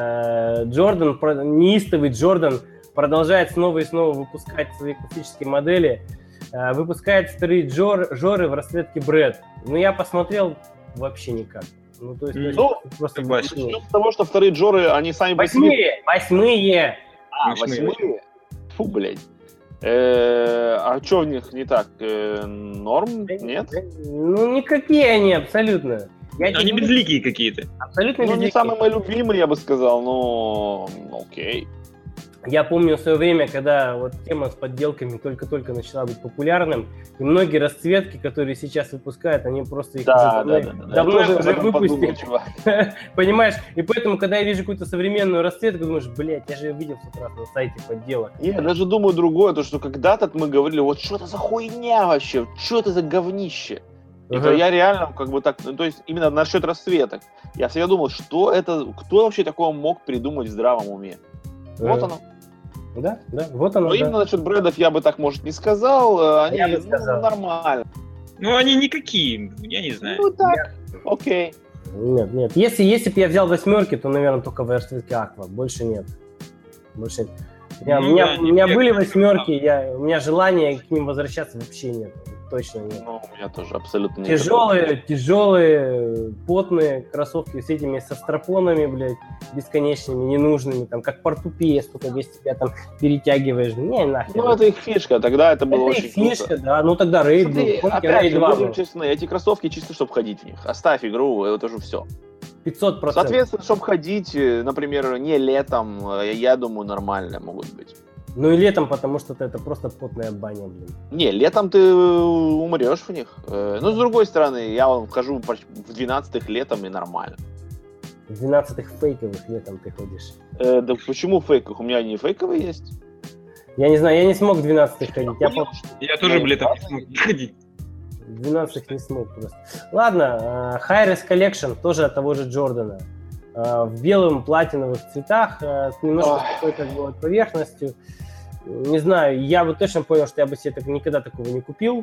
[SPEAKER 2] да.
[SPEAKER 1] Э, Джордан, про- неистовый Джордан продолжает снова и снова выпускать свои классические модели, э, выпускает вторые Джор, Жоры в расцветке Брэд. Но я посмотрел, вообще никак. Ну, то есть, то есть
[SPEAKER 2] Ну,
[SPEAKER 1] просто
[SPEAKER 3] согласен.
[SPEAKER 1] ну,
[SPEAKER 2] Начнем с того, что вторые Джоры, они сами по себе...
[SPEAKER 1] восьмые, восьмые.
[SPEAKER 2] А,
[SPEAKER 3] Восьмые.
[SPEAKER 2] восьмые? Фу, блядь. Э, А что в них не так? Э, Норм? Нет?
[SPEAKER 1] Ну, никакие они абсолютно. Я тебе
[SPEAKER 3] Они
[SPEAKER 1] говорю,
[SPEAKER 3] безликие какие-то.
[SPEAKER 1] абсолютно
[SPEAKER 2] Ну, не
[SPEAKER 1] безликие.
[SPEAKER 2] самый мой любимый, я бы сказал, но окей.
[SPEAKER 1] Я помню в свое время, когда вот тема с подделками только-только начала быть популярным, и многие расцветки, которые сейчас выпускают, они просто их уже давно, давно
[SPEAKER 2] Я тоже
[SPEAKER 1] уже
[SPEAKER 2] об этом подумал,
[SPEAKER 1] выпустили.
[SPEAKER 2] чувак.
[SPEAKER 1] Понимаешь? И поэтому, когда я вижу какую-то современную расцветку, думаешь, блядь, я же ее видел в тот раз на сайте подделок.
[SPEAKER 2] Я даже думаю другое, то что когда-то мы говорили, вот что это за хуйня вообще, что это за говнище. И
[SPEAKER 1] Ага.
[SPEAKER 2] то я реально как бы так, ну, то есть именно насчет расцветок. Я всегда думал, что это, кто вообще такого мог придумать в здравом уме. Вот
[SPEAKER 1] Ага.
[SPEAKER 2] оно.
[SPEAKER 1] Да, да, вот оно,
[SPEAKER 2] Но
[SPEAKER 1] да.
[SPEAKER 2] именно насчет брендов я бы так, может, не сказал. Они
[SPEAKER 1] Я бы
[SPEAKER 2] ну,
[SPEAKER 1] сказал.
[SPEAKER 2] нормально.
[SPEAKER 3] Ну, они никакие, я не знаю.
[SPEAKER 2] Ну так, окей.
[SPEAKER 1] Нет, нет. Если, если бы я взял восьмерки, то, наверное, только в расцветке Aqua. Больше нет. Больше нет. У меня,
[SPEAKER 3] Ну,
[SPEAKER 1] у меня,
[SPEAKER 3] да,
[SPEAKER 1] у меня
[SPEAKER 3] не
[SPEAKER 1] были
[SPEAKER 3] всех.
[SPEAKER 1] восьмерки, я, у меня желания к ним возвращаться вообще нет. Точно нет.
[SPEAKER 2] Ну, у меня тоже абсолютно нет.
[SPEAKER 1] Тяжелые, тяжелые, потные кроссовки с этими, со стропонами, блядь, бесконечными, ненужными, там, как портупея, столько весь тебя там перетягиваешь. Не, нахер.
[SPEAKER 2] Ну, это их фишка, тогда это было
[SPEAKER 1] Это
[SPEAKER 2] очень
[SPEAKER 1] их фишка,
[SPEAKER 2] круто.
[SPEAKER 1] да. Ну, тогда рейд был.
[SPEAKER 2] Смотри,
[SPEAKER 1] Помните,
[SPEAKER 2] опять
[SPEAKER 1] рейд
[SPEAKER 2] же,
[SPEAKER 1] два
[SPEAKER 2] будем
[SPEAKER 1] был.
[SPEAKER 2] честны, эти кроссовки чисто, чтобы ходить в них. Оставь игру, это уже все.
[SPEAKER 1] пятьсот процентов.
[SPEAKER 2] Соответственно, чтобы ходить, например, не летом, я думаю, нормально могут быть.
[SPEAKER 1] Ну и летом, потому что это просто потная баня, блин.
[SPEAKER 2] Не, летом ты умрешь в них. Но с другой стороны, я вон вхожу в двенадцатых летом и нормально.
[SPEAKER 1] В двенадцатых фейковых летом ты ходишь.
[SPEAKER 2] Э, да почему фейковых? У меня они фейковые есть.
[SPEAKER 1] Я не знаю, я не смог в двенадцатых ходить. Я по
[SPEAKER 3] Я тоже, блядь, там не смог ходить.
[SPEAKER 1] в двенадцатых не смог просто. Ладно, Hi-Res Collection, тоже от того же Джордана. Э, В белом платиновых цветах, э, с немножко
[SPEAKER 2] Ох.
[SPEAKER 1] такой как бы вот поверхностью. Не знаю, я бы точно понял, что я бы себе так никогда такого не купил.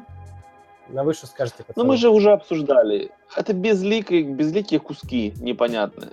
[SPEAKER 1] На вы что скажете, пацаны?
[SPEAKER 2] Ну мы же уже обсуждали. Это безликие, безликие куски непонятные.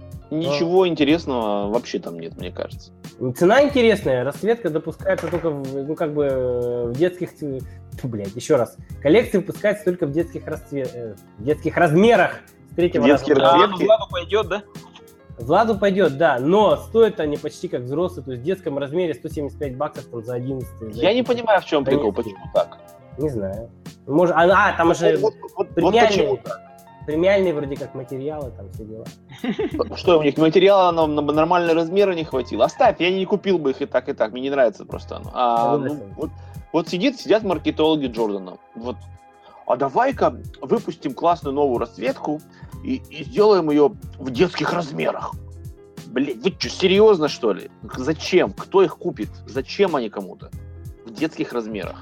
[SPEAKER 2] Ничего интересного вообще там нет, мне кажется.
[SPEAKER 1] Цена интересная, расцветка допускается только в, ну, как бы э, в детских, ц- Фу, блядь, еще раз. Коллекция выпускается только в детских, расцве... э, в детских размерах с третьего
[SPEAKER 2] Детские
[SPEAKER 1] раза.
[SPEAKER 3] А, ну,
[SPEAKER 2] Расцветки?
[SPEAKER 3] Владу пойдет, да?
[SPEAKER 1] Владу пойдет, да, но стоят они почти как взрослые, то есть в детском размере сто семьдесят пять баксов там за одиннадцать.
[SPEAKER 2] Я не понимаю, в чем прикол,
[SPEAKER 1] Конечно.
[SPEAKER 2] почему так.
[SPEAKER 1] Не знаю. Может, а, а, там же
[SPEAKER 2] Вот, вот- вот
[SPEAKER 1] премиальные.
[SPEAKER 2] почему так?
[SPEAKER 1] премиальные вроде как материалы, там все дела.
[SPEAKER 2] Что, у них материала нам на нормальные размеры не хватило? Оставь, я не купил бы их и так, и так. Мне не нравится просто оно. А, ну,
[SPEAKER 1] Согласен.
[SPEAKER 2] вот, вот сидит, сидят маркетологи Джордана. Вот. А давай-ка выпустим классную новую расцветку и, и сделаем ее в детских размерах. Блин, вы что, серьезно, что ли? Зачем? Кто их купит? Зачем они кому-то? В детских размерах.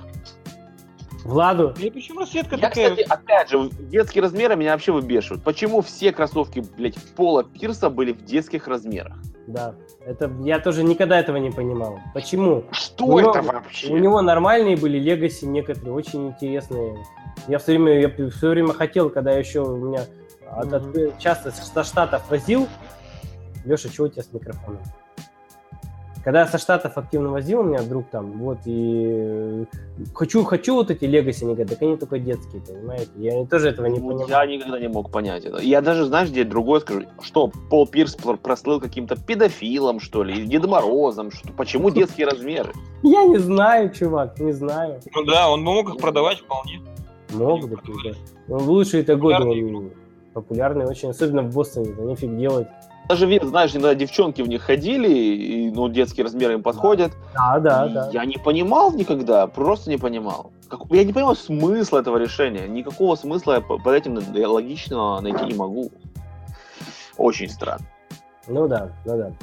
[SPEAKER 1] Владу,
[SPEAKER 3] И почему расцветка
[SPEAKER 2] Я,
[SPEAKER 3] такая?
[SPEAKER 2] кстати, опять же, детские размеры меня вообще выбешивают. Почему все кроссовки, блядь, Пола Пирса были в детских размерах?
[SPEAKER 1] да, это я тоже никогда этого не понимал. Почему?
[SPEAKER 2] Что
[SPEAKER 1] У него-
[SPEAKER 2] это вообще?
[SPEAKER 1] У него нормальные были легаси некоторые, очень интересные. Я все время, я все время хотел, когда еще у меня от- от- часто со Штатов возил. Леша, что у тебя с микрофоном? Когда я со Штатов активно возил, у меня друг там, вот, и хочу, хочу вот эти легаси, они говорят, так они только детские, понимаете? Я тоже этого не
[SPEAKER 2] Вот
[SPEAKER 1] понимаю.
[SPEAKER 2] я никогда не мог понять это. Я даже, знаешь, где другое скажу. Что, Пол Пирс пр- прослыл каким-то педофилом, что ли, или Дедом Морозом? Что, почему детские размеры?
[SPEAKER 1] Я не знаю, чувак, не знаю.
[SPEAKER 3] Ну да, он бы мог их продавать вполне.
[SPEAKER 1] Мог быть, да. Ну, в лучшие-то годы
[SPEAKER 3] Популярный
[SPEAKER 1] он популярный очень, особенно в Бостоне, да нифиг делать.
[SPEAKER 2] Даже, видно, знаешь, иногда девчонки в них ходили, и, ну, детские размеры им подходят.
[SPEAKER 1] Да, да,
[SPEAKER 2] И
[SPEAKER 1] да.
[SPEAKER 2] Я не понимал никогда, просто не понимал. Как- я не понимал смысла этого решения. Никакого смысла я по- под этим я логичного найти не могу. Очень странно.
[SPEAKER 1] Ну да, ну да.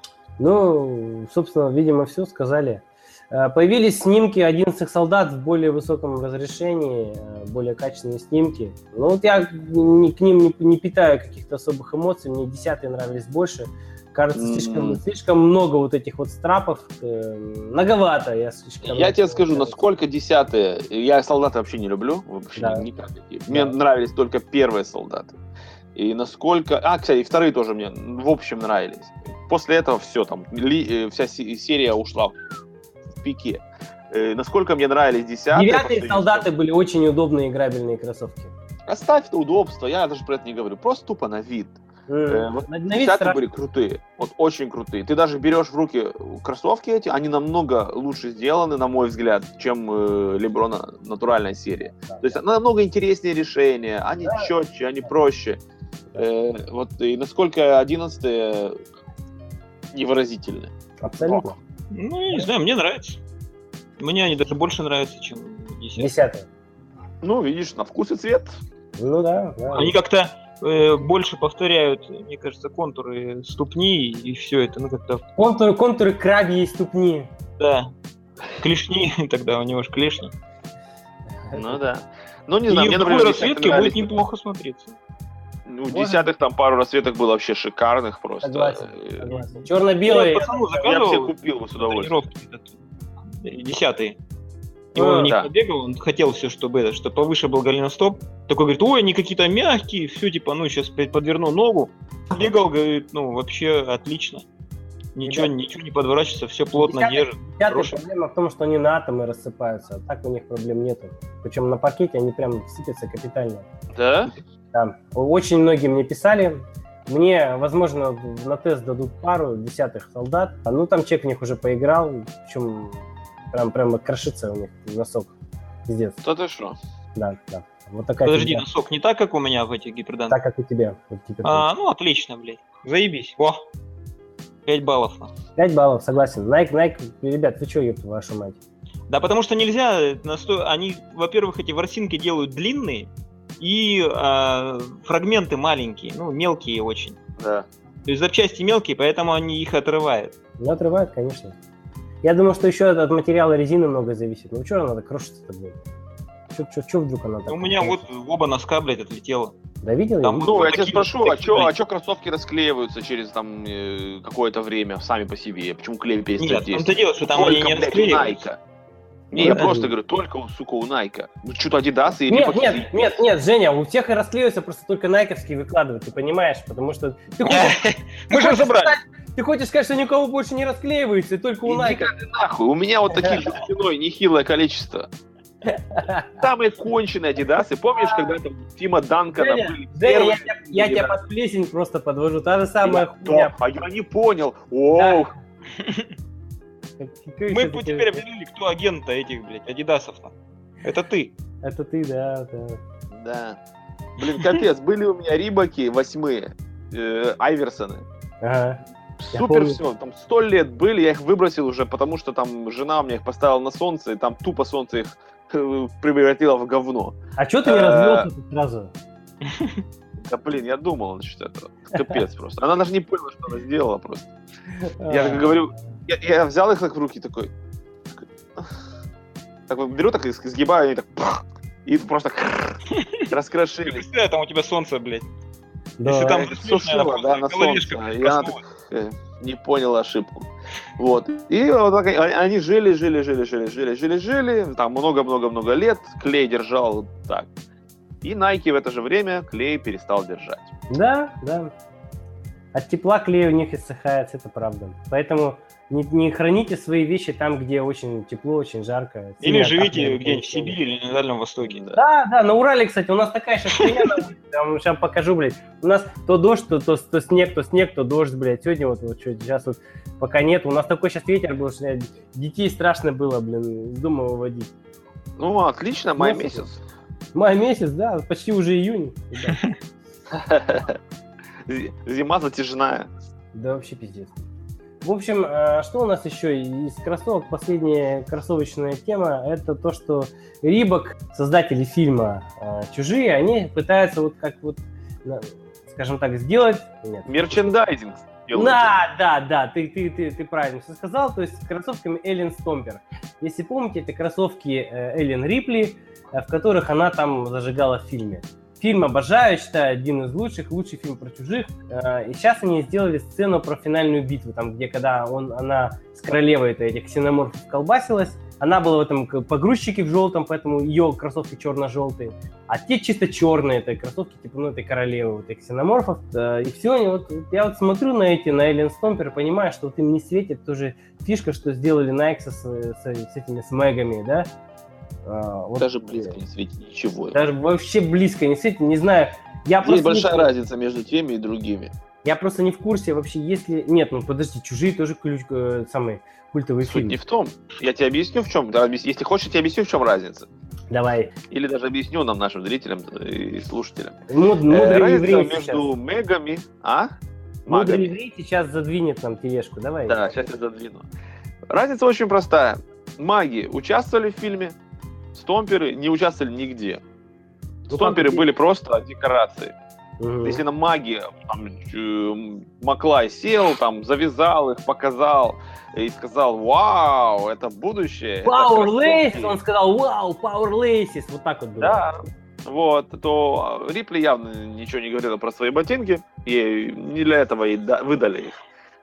[SPEAKER 1] Ну, собственно, видимо, все сказали. Э, Появились снимки одиннадцати солдат в более высоком разрешении, э, более качественные снимки. Ну вот я ни- к ним не, не питаю каких-то особых эмоций, мне десятые нравились больше. Кажется, слишком,
[SPEAKER 2] М.
[SPEAKER 1] слишком много вот этих вот страпов, э, многовато. Я, слишком
[SPEAKER 2] Я тебе скажу, насколько десятые. Я солдаты вообще не люблю. Вообще
[SPEAKER 1] Да.
[SPEAKER 2] никак. Мне
[SPEAKER 1] Да.
[SPEAKER 2] нравились только первые солдаты. И насколько... А, кстати, и вторые тоже мне в общем нравились. После этого все, там, ли- э, вся се- серия ушла в пике. Э, насколько мне нравились десятые...
[SPEAKER 1] Девятые
[SPEAKER 2] последние
[SPEAKER 1] солдаты были очень удобные играбельные кроссовки.
[SPEAKER 2] Оставь это удобство, я даже про это не говорю. Просто тупо на вид.
[SPEAKER 1] М,
[SPEAKER 2] Э, вот
[SPEAKER 1] на- на вид
[SPEAKER 2] десятые
[SPEAKER 1] страшно.
[SPEAKER 2] были крутые, вот очень крутые. Ты даже берешь в руки кроссовки эти, они намного лучше сделаны, на мой взгляд, чем э, Леброна натуральная серия.
[SPEAKER 1] Да,
[SPEAKER 2] То есть намного интереснее решения, они
[SPEAKER 1] Да.
[SPEAKER 2] четче, они проще. Э, вот и насколько одиннадцатые невыразительны.
[SPEAKER 1] Абсолютно.
[SPEAKER 3] Ну, я не знаю, мне нравится. Мне они даже больше нравятся, чем десятые.
[SPEAKER 1] Десятые.
[SPEAKER 2] Ну, видишь, на вкус и цвет.
[SPEAKER 1] Ну да, да.
[SPEAKER 3] Они как-то э, больше повторяют, мне кажется, контуры ступни и все это, ну как-то,
[SPEAKER 1] Контуры, контуры крабьей ступни.
[SPEAKER 3] да, клешни, тогда у него же клешни.
[SPEAKER 2] Ну да. Ну, не
[SPEAKER 3] И
[SPEAKER 2] знаю,
[SPEAKER 3] в
[SPEAKER 2] мне,
[SPEAKER 3] такой
[SPEAKER 2] например,
[SPEAKER 3] расцветке
[SPEAKER 2] десятые
[SPEAKER 3] будет
[SPEAKER 2] нравились.
[SPEAKER 3] неплохо смотреться.
[SPEAKER 2] Ну, десятых там пару расцветок было вообще шикарных просто.
[SPEAKER 1] Согласен,
[SPEAKER 2] Э,
[SPEAKER 1] согласен. Черно-белые.
[SPEAKER 3] Я пацану
[SPEAKER 2] Я бы себе
[SPEAKER 3] заказывал
[SPEAKER 2] купил бы с удовольствием.
[SPEAKER 3] тренировки, этот, э, десятые. И он
[SPEAKER 1] А,
[SPEAKER 3] в них
[SPEAKER 2] да.
[SPEAKER 3] побегал, он хотел все, чтобы это, чтобы повыше был голеностоп. Такой говорит, ой, они какие-то мягкие, все, типа, ну, сейчас подверну ногу. Бегал, говорит, ну, вообще отлично. Ничего,
[SPEAKER 1] Ребят,
[SPEAKER 3] ничего не подворачивается, все плотно
[SPEAKER 1] десятая-
[SPEAKER 3] держит.
[SPEAKER 1] Пятая
[SPEAKER 3] Хороший.
[SPEAKER 1] проблема в том, что они на атомы рассыпаются, а так у них проблем нету. Причем на паркете они прям сыпятся капитально.
[SPEAKER 2] Да?
[SPEAKER 1] Да. Очень многие мне писали. Мне, возможно, на тест дадут пару десятых солдат. А ну там человек в них уже поиграл. Причем прям, прям крошится у них носок. Пиздец.
[SPEAKER 2] Да ты что?
[SPEAKER 1] Да, да. Вот такая
[SPEAKER 3] Подожди,
[SPEAKER 1] фигня.
[SPEAKER 3] носок не так, как у меня в этих гиперданных?
[SPEAKER 1] Так, как у тебя. Вот, типа,
[SPEAKER 3] А, ну, отлично, блядь. Заебись. О, пять баллов. на.
[SPEAKER 1] пять баллов, согласен. Nike, Nike, ребят, вы что, ёпта, вашу мать?
[SPEAKER 3] Да, потому что нельзя, насто... они, во-первых, эти ворсинки делают длинные и а, фрагменты маленькие, ну, мелкие очень.
[SPEAKER 2] Да.
[SPEAKER 3] То есть запчасти мелкие, поэтому они их отрывают.
[SPEAKER 1] Ну, отрывают, конечно. Я думаю, что еще от материала резины много зависит. Ну, что она так крошится-то, блин? Что вдруг она так?
[SPEAKER 3] У меня вот оба носка, блядь, отлетело.
[SPEAKER 1] Да, видел?
[SPEAKER 3] Там
[SPEAKER 1] я?
[SPEAKER 2] Ну,
[SPEAKER 3] вот
[SPEAKER 2] я тебя
[SPEAKER 3] такие-
[SPEAKER 2] спрошу, а
[SPEAKER 3] такие,
[SPEAKER 2] чё, а
[SPEAKER 3] блядь.
[SPEAKER 2] чё кроссовки расклеиваются через там э, какое-то время сами по себе? Почему клей
[SPEAKER 3] Нет,
[SPEAKER 2] перестает
[SPEAKER 3] в том-то
[SPEAKER 2] действовать?
[SPEAKER 3] дело, что там они
[SPEAKER 2] Только,
[SPEAKER 3] не
[SPEAKER 2] блядь, у
[SPEAKER 3] расклеиваются.
[SPEAKER 2] Nike. Не, я
[SPEAKER 1] Ну,
[SPEAKER 2] просто
[SPEAKER 1] да.
[SPEAKER 2] говорю, только, у, сука, у Nike. Ну, что-то Adidas и
[SPEAKER 1] Нет,
[SPEAKER 2] Reebok-
[SPEAKER 1] нет, нет, нет, Женя, у всех и расклеиваются, просто только найковские выкладывают, ты понимаешь? Потому что ты хочешь,
[SPEAKER 3] Мы же разобрали.
[SPEAKER 1] ты хочешь сказать, что никого больше не расклеивается, и только у
[SPEAKER 2] Иди
[SPEAKER 1] Найка.
[SPEAKER 2] ты нахуй, у меня вот таких толщиной нехилое количество. Самые конченые Адидасы. Помнишь, когда там Тима Данкана
[SPEAKER 1] Женя,
[SPEAKER 2] были
[SPEAKER 1] Женя, я,
[SPEAKER 2] первые
[SPEAKER 1] тебя- я тебя
[SPEAKER 2] Adidas?
[SPEAKER 1] под плесень просто подвожу, та же самая
[SPEAKER 2] Да,
[SPEAKER 1] хуйня.
[SPEAKER 2] а я не понял. Оу.
[SPEAKER 1] Какой
[SPEAKER 3] Мы
[SPEAKER 1] всё-таки-
[SPEAKER 3] теперь определили, кто агент-то этих, блядь, адидасов-то. Это ты.
[SPEAKER 1] Это ты, да, да.
[SPEAKER 2] Да. Блин, капец, были у меня Рибаки восьмые, э, Айверсоны.
[SPEAKER 1] Ага. Я
[SPEAKER 2] Супер
[SPEAKER 1] помню.
[SPEAKER 2] все, там сто лет были, я их выбросил уже, потому что там жена у меня их поставила на солнце, и там тупо солнце их э, превратило в говно.
[SPEAKER 1] А что ты не
[SPEAKER 2] Э,
[SPEAKER 1] развелся сразу?
[SPEAKER 2] Да блин, я думал насчет этого. Капец просто. Она даже не поняла, что она сделала просто. Я так говорю, я, я взял их так в руки такой. такой, Так вот беру, так и сгибаю, и они так пах, и просто
[SPEAKER 3] Ты
[SPEAKER 2] раскрошились.
[SPEAKER 3] представляешь, там у тебя солнце, блядь.
[SPEAKER 1] Да.
[SPEAKER 3] Если там
[SPEAKER 2] это
[SPEAKER 3] засмешно,
[SPEAKER 2] сушило,
[SPEAKER 3] она
[SPEAKER 2] да, на
[SPEAKER 3] просто головешка,
[SPEAKER 2] солнце.
[SPEAKER 3] блядь,
[SPEAKER 2] И она
[SPEAKER 3] проснулась.
[SPEAKER 2] э, не понял ошибку. Вот. И вот так они- они жили, жили, жили, жили, жили, жили, жили. Там много-много-много лет клей держал так. И Nike в это же время клей перестал держать.
[SPEAKER 1] Да, да. От тепла клей у них иссыхает, это правда. Поэтому не, не храните свои вещи там, где очень тепло, очень жарко.
[SPEAKER 3] Или
[SPEAKER 1] Сильно
[SPEAKER 3] живите
[SPEAKER 1] отапливает
[SPEAKER 3] где-нибудь в
[SPEAKER 1] помещение.
[SPEAKER 3] Сибири или на Дальнем Востоке.
[SPEAKER 2] Да.
[SPEAKER 1] Да, да, на Урале, кстати, у нас такая сейчас хуйня на улице, я вам сейчас покажу, блядь. У нас то дождь, то, то, то снег, то снег, то дождь, блядь. Сегодня вот, вот что, сейчас вот пока нет. У нас такой сейчас ветер был, что детей страшно было, блин, из дома выводить.
[SPEAKER 2] Ну, отлично, май
[SPEAKER 1] Ну,
[SPEAKER 2] месяц.
[SPEAKER 1] Май месяц, да, почти уже июнь. Да,
[SPEAKER 2] Зима затяжная.
[SPEAKER 1] да вообще пиздец. В общем, э, что у нас еще из кроссовок? Последняя кроссовочная тема – это то, что Reebok, создатели фильма э, «Чужие», они пытаются вот как вот, на- скажем так, сделать… Нет.
[SPEAKER 2] Мерчендайзинг делают.
[SPEAKER 1] Да, да, да, ты, ты, ты, ты правильно все сказал. То есть с кроссовками Эллен Стомпер. Если помните, это кроссовки э, Эллен Рипли, э, в которых она там зажигала в фильме. Фильм обожаю, считаю, один из лучших, лучший фильм про чужих. Э, И сейчас они сделали сцену про финальную битву, там, где когда он, она с королевой этих ксеноморфов колбасилась. Она была в этом к- погрузчике в желтом, поэтому ее кроссовки черно-желтые. А те чисто черные, это кроссовки типа ну, этой королевы, вот этих ксеноморфов. Э, И все, вот, я вот смотрю на эти, на Эллен Стомпер, и понимаю, что вот им не светит тоже фишка, что сделали Nike со, с, с этими с мегами, да. А, вот,
[SPEAKER 2] Даже близко не светит ничего.
[SPEAKER 1] Даже вообще близко не светит, не знаю. Я
[SPEAKER 2] Есть
[SPEAKER 1] просто
[SPEAKER 2] большая
[SPEAKER 1] не,
[SPEAKER 2] разница между теми и другими.
[SPEAKER 1] я просто не в курсе вообще, если... Нет, ну подожди, «Чужие» тоже ключ, э, самый культовый
[SPEAKER 2] Суть
[SPEAKER 1] фильм.
[SPEAKER 2] не в том. Я тебе объясню в чем. Да, объяс- если хочешь, я тебе объясню, в чем разница.
[SPEAKER 1] Давай.
[SPEAKER 2] Или даже объясню нам, нашим зрителям и слушателям.
[SPEAKER 1] Муд-
[SPEAKER 2] Э,
[SPEAKER 1] Мудрый
[SPEAKER 2] разница
[SPEAKER 1] еврей
[SPEAKER 2] между
[SPEAKER 1] сейчас.
[SPEAKER 2] мегами, а?
[SPEAKER 1] Мудрый
[SPEAKER 2] Магами.
[SPEAKER 1] еврей сейчас задвинет нам тележку, давай.
[SPEAKER 2] Да, сейчас я задвину. Разница очень простая. Маги участвовали в фильме, стомперы не участвовали нигде.
[SPEAKER 1] Ну,
[SPEAKER 2] Стомперы
[SPEAKER 1] как-
[SPEAKER 2] были просто декорации.
[SPEAKER 1] Мгм.
[SPEAKER 2] Если на маги там, э, Маклай сел, там завязал их, показал и сказал: вау, это будущее. это
[SPEAKER 1] Power
[SPEAKER 2] кроссовки».
[SPEAKER 1] Laces, он сказал, вау, Power Laces, вот так вот было.
[SPEAKER 2] Да, вот, то Рипли явно ничего не говорила про свои ботинки, и не для этого и да- выдали их.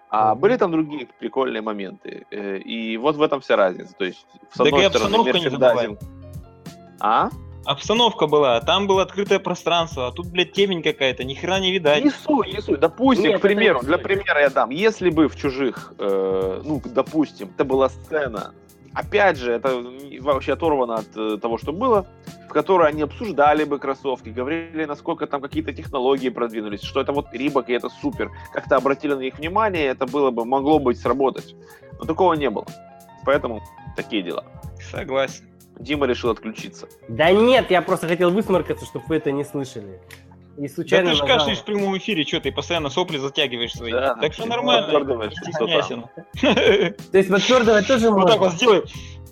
[SPEAKER 2] А были там другие прикольные моменты. И вот в этом вся разница. То есть, с одной
[SPEAKER 3] Так и
[SPEAKER 2] стороны,
[SPEAKER 3] обстановка не забывай.
[SPEAKER 2] мерчендайзинг... А?
[SPEAKER 3] Обстановка была, там было открытое пространство, а тут, блядь, темень какая-то, ни хера не видать.
[SPEAKER 2] Не суть, не суть. Допустим,
[SPEAKER 1] Нет,
[SPEAKER 2] к примеру,
[SPEAKER 1] это не
[SPEAKER 2] для
[SPEAKER 1] суть.
[SPEAKER 2] примера я дам. Если бы в «Чужих», э, ну, допустим, это была сцена, опять же, это вообще оторвано от э, того, что было, в которой они обсуждали бы кроссовки, говорили, насколько там какие-то технологии продвинулись, что это вот Рибок, и это супер. Как-то обратили на них внимание, это было бы, могло быть сработать. Но такого не было. Поэтому такие дела.
[SPEAKER 3] Согласен.
[SPEAKER 2] Дима решил отключиться.
[SPEAKER 1] Да нет, я просто хотел высморкаться, чтобы вы это не слышали. И
[SPEAKER 3] Да
[SPEAKER 1] случайно
[SPEAKER 3] ты же
[SPEAKER 1] нажал.
[SPEAKER 3] кашляешь в прямом эфире, что ты постоянно сопли затягиваешь свои.
[SPEAKER 2] Да,
[SPEAKER 3] Так что
[SPEAKER 2] ты
[SPEAKER 3] нормально,
[SPEAKER 2] подтверждаешь,
[SPEAKER 3] не
[SPEAKER 2] что
[SPEAKER 3] стесняйся. ну.
[SPEAKER 1] То есть подтвердывать тоже
[SPEAKER 3] Вот так
[SPEAKER 1] можно?
[SPEAKER 3] вот сделай.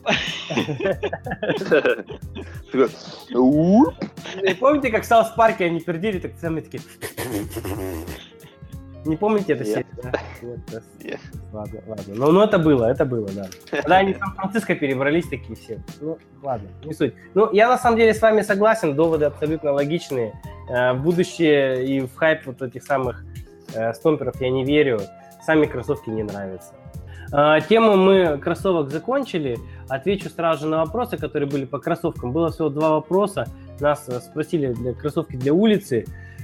[SPEAKER 2] Такой, «У-у-у».
[SPEAKER 1] И помните, как в Саус Парке они пердили, так сами такие... Не помните эту
[SPEAKER 2] Нет.
[SPEAKER 1] серию, да? Нет, да.
[SPEAKER 2] Нет.
[SPEAKER 1] Ладно, ладно. Но, но это было, это было, да. Когда они в Сан-Франциско перебрались такие все. Ну, ладно, не суть. Ну, я на самом деле с вами согласен, доводы абсолютно логичные. Э, в будущее и в хайп вот этих самых э, стомперов я не верю. Сами кроссовки не нравятся. Э, тему мы кроссовок закончили. Отвечу сразу же на вопросы, которые были по кроссовкам. Было всего два вопроса. Нас э, спросили для кроссовки для улицы.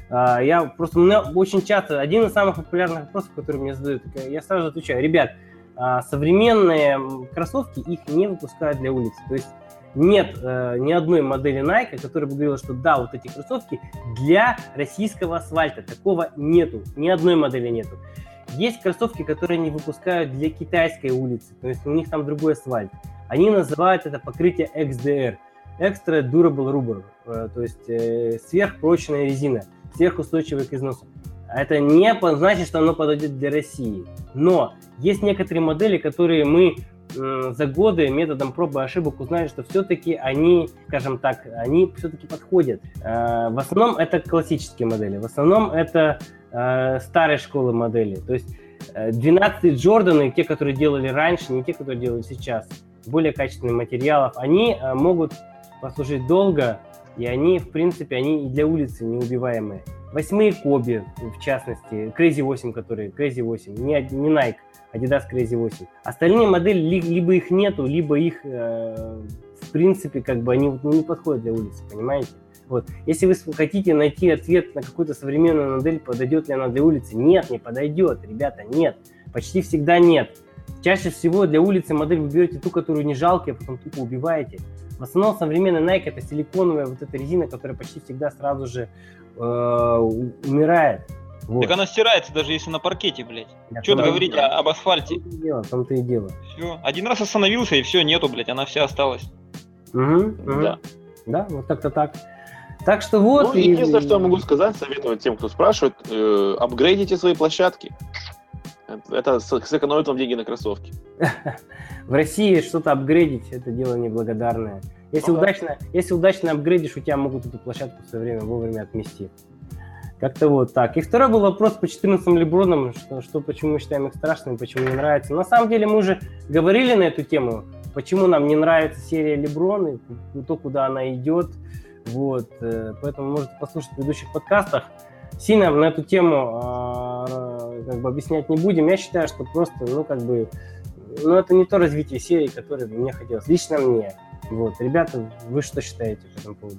[SPEAKER 1] Я просто, у меня очень часто, один из самых популярных вопросов, которые мне задают, я сразу отвечаю: ребят, современные кроссовки, их не выпускают для улицы. То есть нет э, ни одной модели Nike, которая бы говорила, что да, вот эти кроссовки для российского асфальта. Такого нету, ни одной модели нету. Есть кроссовки, которые они выпускают для китайской улицы, то есть у них там другой асфальт. Они называют это покрытие икс ди эр, Extra Durable Rubber, э, то есть э, сверхпрочная резина, сверхустойчивый к износу. Это не значит, что оно подойдет для России. Но есть некоторые модели, которые мы э, за годы методом проб и ошибок узнали, что все-таки они, скажем так, они все-таки подходят. Э, в основном это классические модели, в основном это э, старой школы модели. То есть э, двенадцатые Джорданы, те, которые делали раньше, не те, которые делают сейчас, более качественных материалов, они э, могут послужить долго. И они, в принципе, они и для улицы неубиваемые. Восьмые Коби, в частности, Crazy восемь, которые Crazy восемь, не, не Nike, Adidas Crazy восемь. Остальные модели, ли, либо их нету, либо их, э, в принципе, как бы они ну, не подходят для улицы, понимаете? Вот. Если вы хотите найти ответ на какую-то современную модель, подойдет ли она для улицы, нет, не подойдет, ребята, нет. Почти всегда нет. Чаще всего для улицы модель вы берете ту, которую не жалко, а потом тупо убиваете. В основном современный Nike это силиконовая вот эта резина, которая почти всегда сразу же э, умирает. Вот.
[SPEAKER 3] Так она стирается, даже если на паркете, блядь.
[SPEAKER 1] Я
[SPEAKER 3] Что ты
[SPEAKER 1] там-
[SPEAKER 3] говорить о- об асфальте?
[SPEAKER 1] В том-то и дело, в том-то и дело.
[SPEAKER 3] Все. Один раз остановился, и все, нету, блядь, она вся осталась.
[SPEAKER 1] Угу, угу.
[SPEAKER 2] Да.
[SPEAKER 1] Да, вот как-то так. Так что вот.
[SPEAKER 2] Ну,
[SPEAKER 1] и-
[SPEAKER 2] единственное, что я могу сказать, советовать тем, кто спрашивает, э, апгрейдите свои площадки. Это, это с- сэкономит вам деньги на кроссовки.
[SPEAKER 1] В России что-то апгрейдить, это дело неблагодарное. Если,
[SPEAKER 2] Ну да.
[SPEAKER 1] удачно, если удачно апгрейдишь, у тебя могут эту площадку в свое время вовремя отмести. Как-то вот так. И второй был вопрос по четырнадцатым Лебронам, что, что почему мы считаем их страшными, почему не нравится. На самом деле мы уже говорили на эту тему, почему нам не нравится серия Леброн, и то, куда она идет. Вот. э, Поэтому можете послушать в предыдущих подкастах. Сильно на эту тему э, как бы объяснять не будем. Я считаю, что просто, ну, как бы, ну, это не то развитие серии, которое бы мне хотелось. Лично мне. Вот. Ребята, вы что считаете по этому поводу?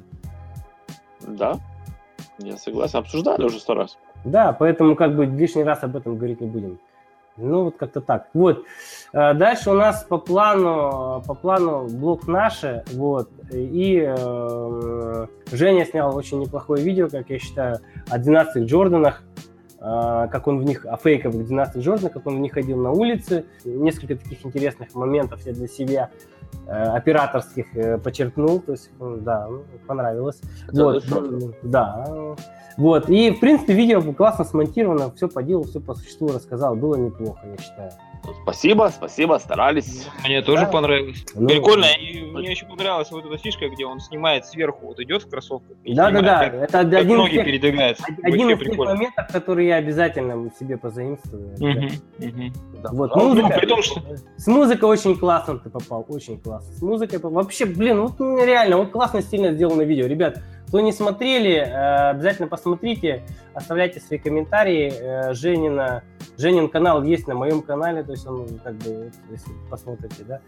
[SPEAKER 2] Да, я согласен. Обсуждали уже сто раз.
[SPEAKER 1] Да, поэтому как бы лишний раз об этом говорить не будем. Ну, вот как-то так. Вот. Э, Дальше у нас по плану, по плану блок «Наше». Вот. И э, Женя снял очень неплохое видео, как я считаю, о двенадцатых Джорданах, э, как он в них, о фейковых двенадцатых Джорданах, как он в них ходил на улице. Несколько таких интересных моментов я для себя э, операторских э, подчеркнул. То есть, э, да, ну, понравилось.
[SPEAKER 2] Да,
[SPEAKER 1] Вот,
[SPEAKER 2] да.
[SPEAKER 1] да. Вот, и, в принципе, видео классно смонтировано, все по делу, все по существу рассказал, было неплохо, я считаю.
[SPEAKER 2] Спасибо, спасибо, старались.
[SPEAKER 3] Мне тоже
[SPEAKER 1] Да.
[SPEAKER 3] понравилось.
[SPEAKER 1] Ну,
[SPEAKER 3] Прикольно, и мне еще понравилась вот эта фишка, где он снимает сверху, вот идет в кроссовках. и
[SPEAKER 1] Да-да-да,
[SPEAKER 3] снимает, как-
[SPEAKER 1] это
[SPEAKER 3] как
[SPEAKER 1] один из
[SPEAKER 3] ноги
[SPEAKER 1] тех,
[SPEAKER 3] передвигаются.
[SPEAKER 1] один
[SPEAKER 3] Вообще
[SPEAKER 1] из тех
[SPEAKER 3] прикольно.
[SPEAKER 1] моментов, которые я обязательно себе позаимствую.
[SPEAKER 3] Мгм, мгм.
[SPEAKER 2] Да,
[SPEAKER 1] Вот,
[SPEAKER 2] пожалуйста.
[SPEAKER 1] музыка,
[SPEAKER 3] Ну, при том, что-
[SPEAKER 1] с музыкой очень классно ты попал, очень классно. С музыкой, по- вообще, блин, вот ну, реально, вот классно, стильно сделано видео. Ребят, Кто не смотрели, обязательно посмотрите, оставляйте свои комментарии. Женина, Женин канал есть на моем канале, то есть он как бы, если посмотрите, да.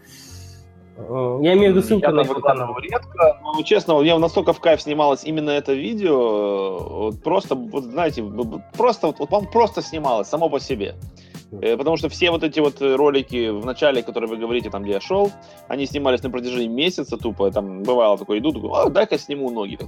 [SPEAKER 1] Я имею в виду ссылку
[SPEAKER 2] я
[SPEAKER 1] на его канал.
[SPEAKER 2] Редко, но честно, я настолько в кайф снималось именно это видео, вот просто, вот, знаете, просто вот, вот просто снималось само по себе. Потому что все вот эти вот ролики в начале, которые вы говорите, там, где я шел, они снимались на протяжении месяца тупо, там, бывало такое, иду, такой, а, дай-ка сниму ноги.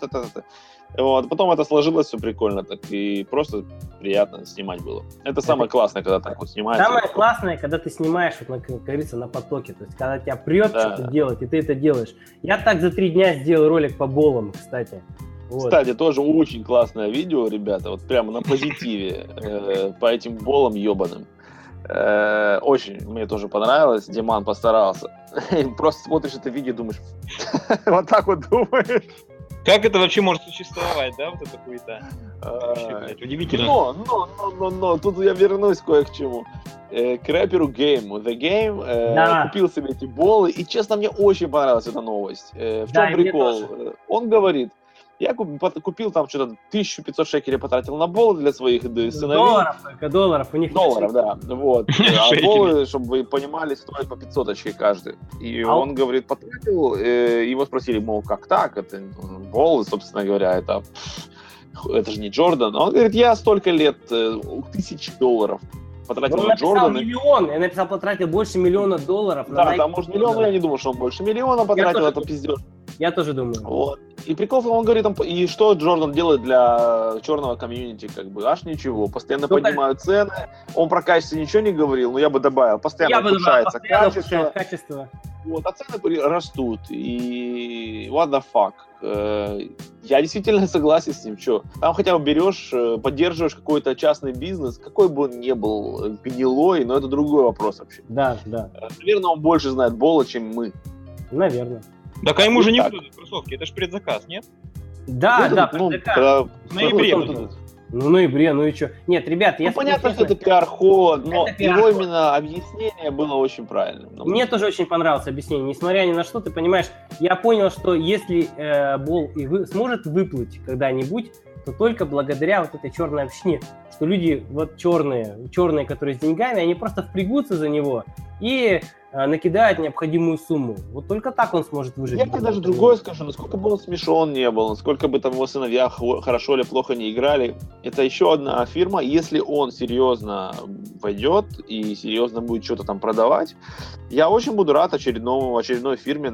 [SPEAKER 2] Вот. Потом это сложилось все прикольно, так, и просто приятно снимать было. Это самое классное, когда так вот снимается.
[SPEAKER 1] Самое классное, когда ты снимаешь, вот, как говорится, на потоке, то есть, когда тебя прет да. что-то делать, и ты это делаешь. Я так за три дня сделал ролик по болам, кстати. Вот.
[SPEAKER 2] Кстати, тоже очень классное видео, ребята, вот прямо на позитиве э, по этим болам ебаным. Э, очень мне тоже понравилось, Диман постарался. Просто смотришь это видео и думаешь, вот так вот думаешь.
[SPEAKER 3] Как это вообще может существовать, да, вот эта хуета? Удивительно.
[SPEAKER 2] Но, но, но, но, но, тут я вернусь кое к чему. К рэперу Game, The Game, да. Купил себе эти болы, и, честно, мне очень понравилась эта новость. В
[SPEAKER 1] да,
[SPEAKER 2] чем прикол? Он говорит, я купил там что-то тысячу пятьсот шекелей потратил на болы для своих сыновей.
[SPEAKER 1] Долларов только, долларов. У них
[SPEAKER 2] долларов, да. Вот. А болы, чтобы вы понимали, стоят по пятьсот очки каждый. И а он, говорит, потратил, э, его спросили, мол, как так? Это болы, собственно говоря, это, это же не Джордан. Он говорит, я столько лет, э, тысячи долларов потратил
[SPEAKER 1] он
[SPEAKER 2] на Джордан.
[SPEAKER 1] Миллион, я написал, потратил больше миллиона долларов.
[SPEAKER 2] Да, на там может миллион, но я не думаю, что он больше миллиона потратил, это пиздец.
[SPEAKER 1] Я тоже думаю.
[SPEAKER 2] Вот. И прикол, он говорит, там, и что Джордан делает для черного комьюнити, как бы, аж ничего, постоянно ну, поднимают цены, он про качество ничего не говорил, но я бы добавил, постоянно ухудшается качество,
[SPEAKER 1] качество.
[SPEAKER 2] Вот, а цены растут, и what the fuck, я действительно согласен с ним, что, там хотя бы берешь, поддерживаешь какой-то частный бизнес, какой бы он ни был гнилой, но это другой вопрос вообще.
[SPEAKER 1] Да, да.
[SPEAKER 2] Наверное, он больше знает бола, чем мы.
[SPEAKER 1] Наверное.
[SPEAKER 3] Так а ему же не будут кроссовки, это же предзаказ, нет?
[SPEAKER 1] Да, ну, да,
[SPEAKER 2] ну,
[SPEAKER 1] предзаказ.
[SPEAKER 2] Когда...
[SPEAKER 3] В ноябре.
[SPEAKER 1] Ну, в ноябре, ну и что? Нет, ребят, я...
[SPEAKER 2] Ну, понятно, честно, что это пиар-ход, но это пиар-ход. Его именно объяснение было очень правильным.
[SPEAKER 1] Мне тоже очень понравилось объяснение. Несмотря ни на что, ты понимаешь, я понял, что если э, Бол и вы, сможет выплыть когда-нибудь, то только благодаря вот этой черной общине, что люди вот черные, черные, которые с деньгами, они просто впрягутся за него и э, накидают необходимую сумму. Вот только так он сможет выжить.
[SPEAKER 2] Я тебе даже другое скажу, насколько бы он смешон не был, насколько бы там его сыновья хорошо или плохо не играли, это еще одна фирма, если он серьезно пойдет и серьезно будет что-то там продавать, я очень буду рад очередному, очередной фирме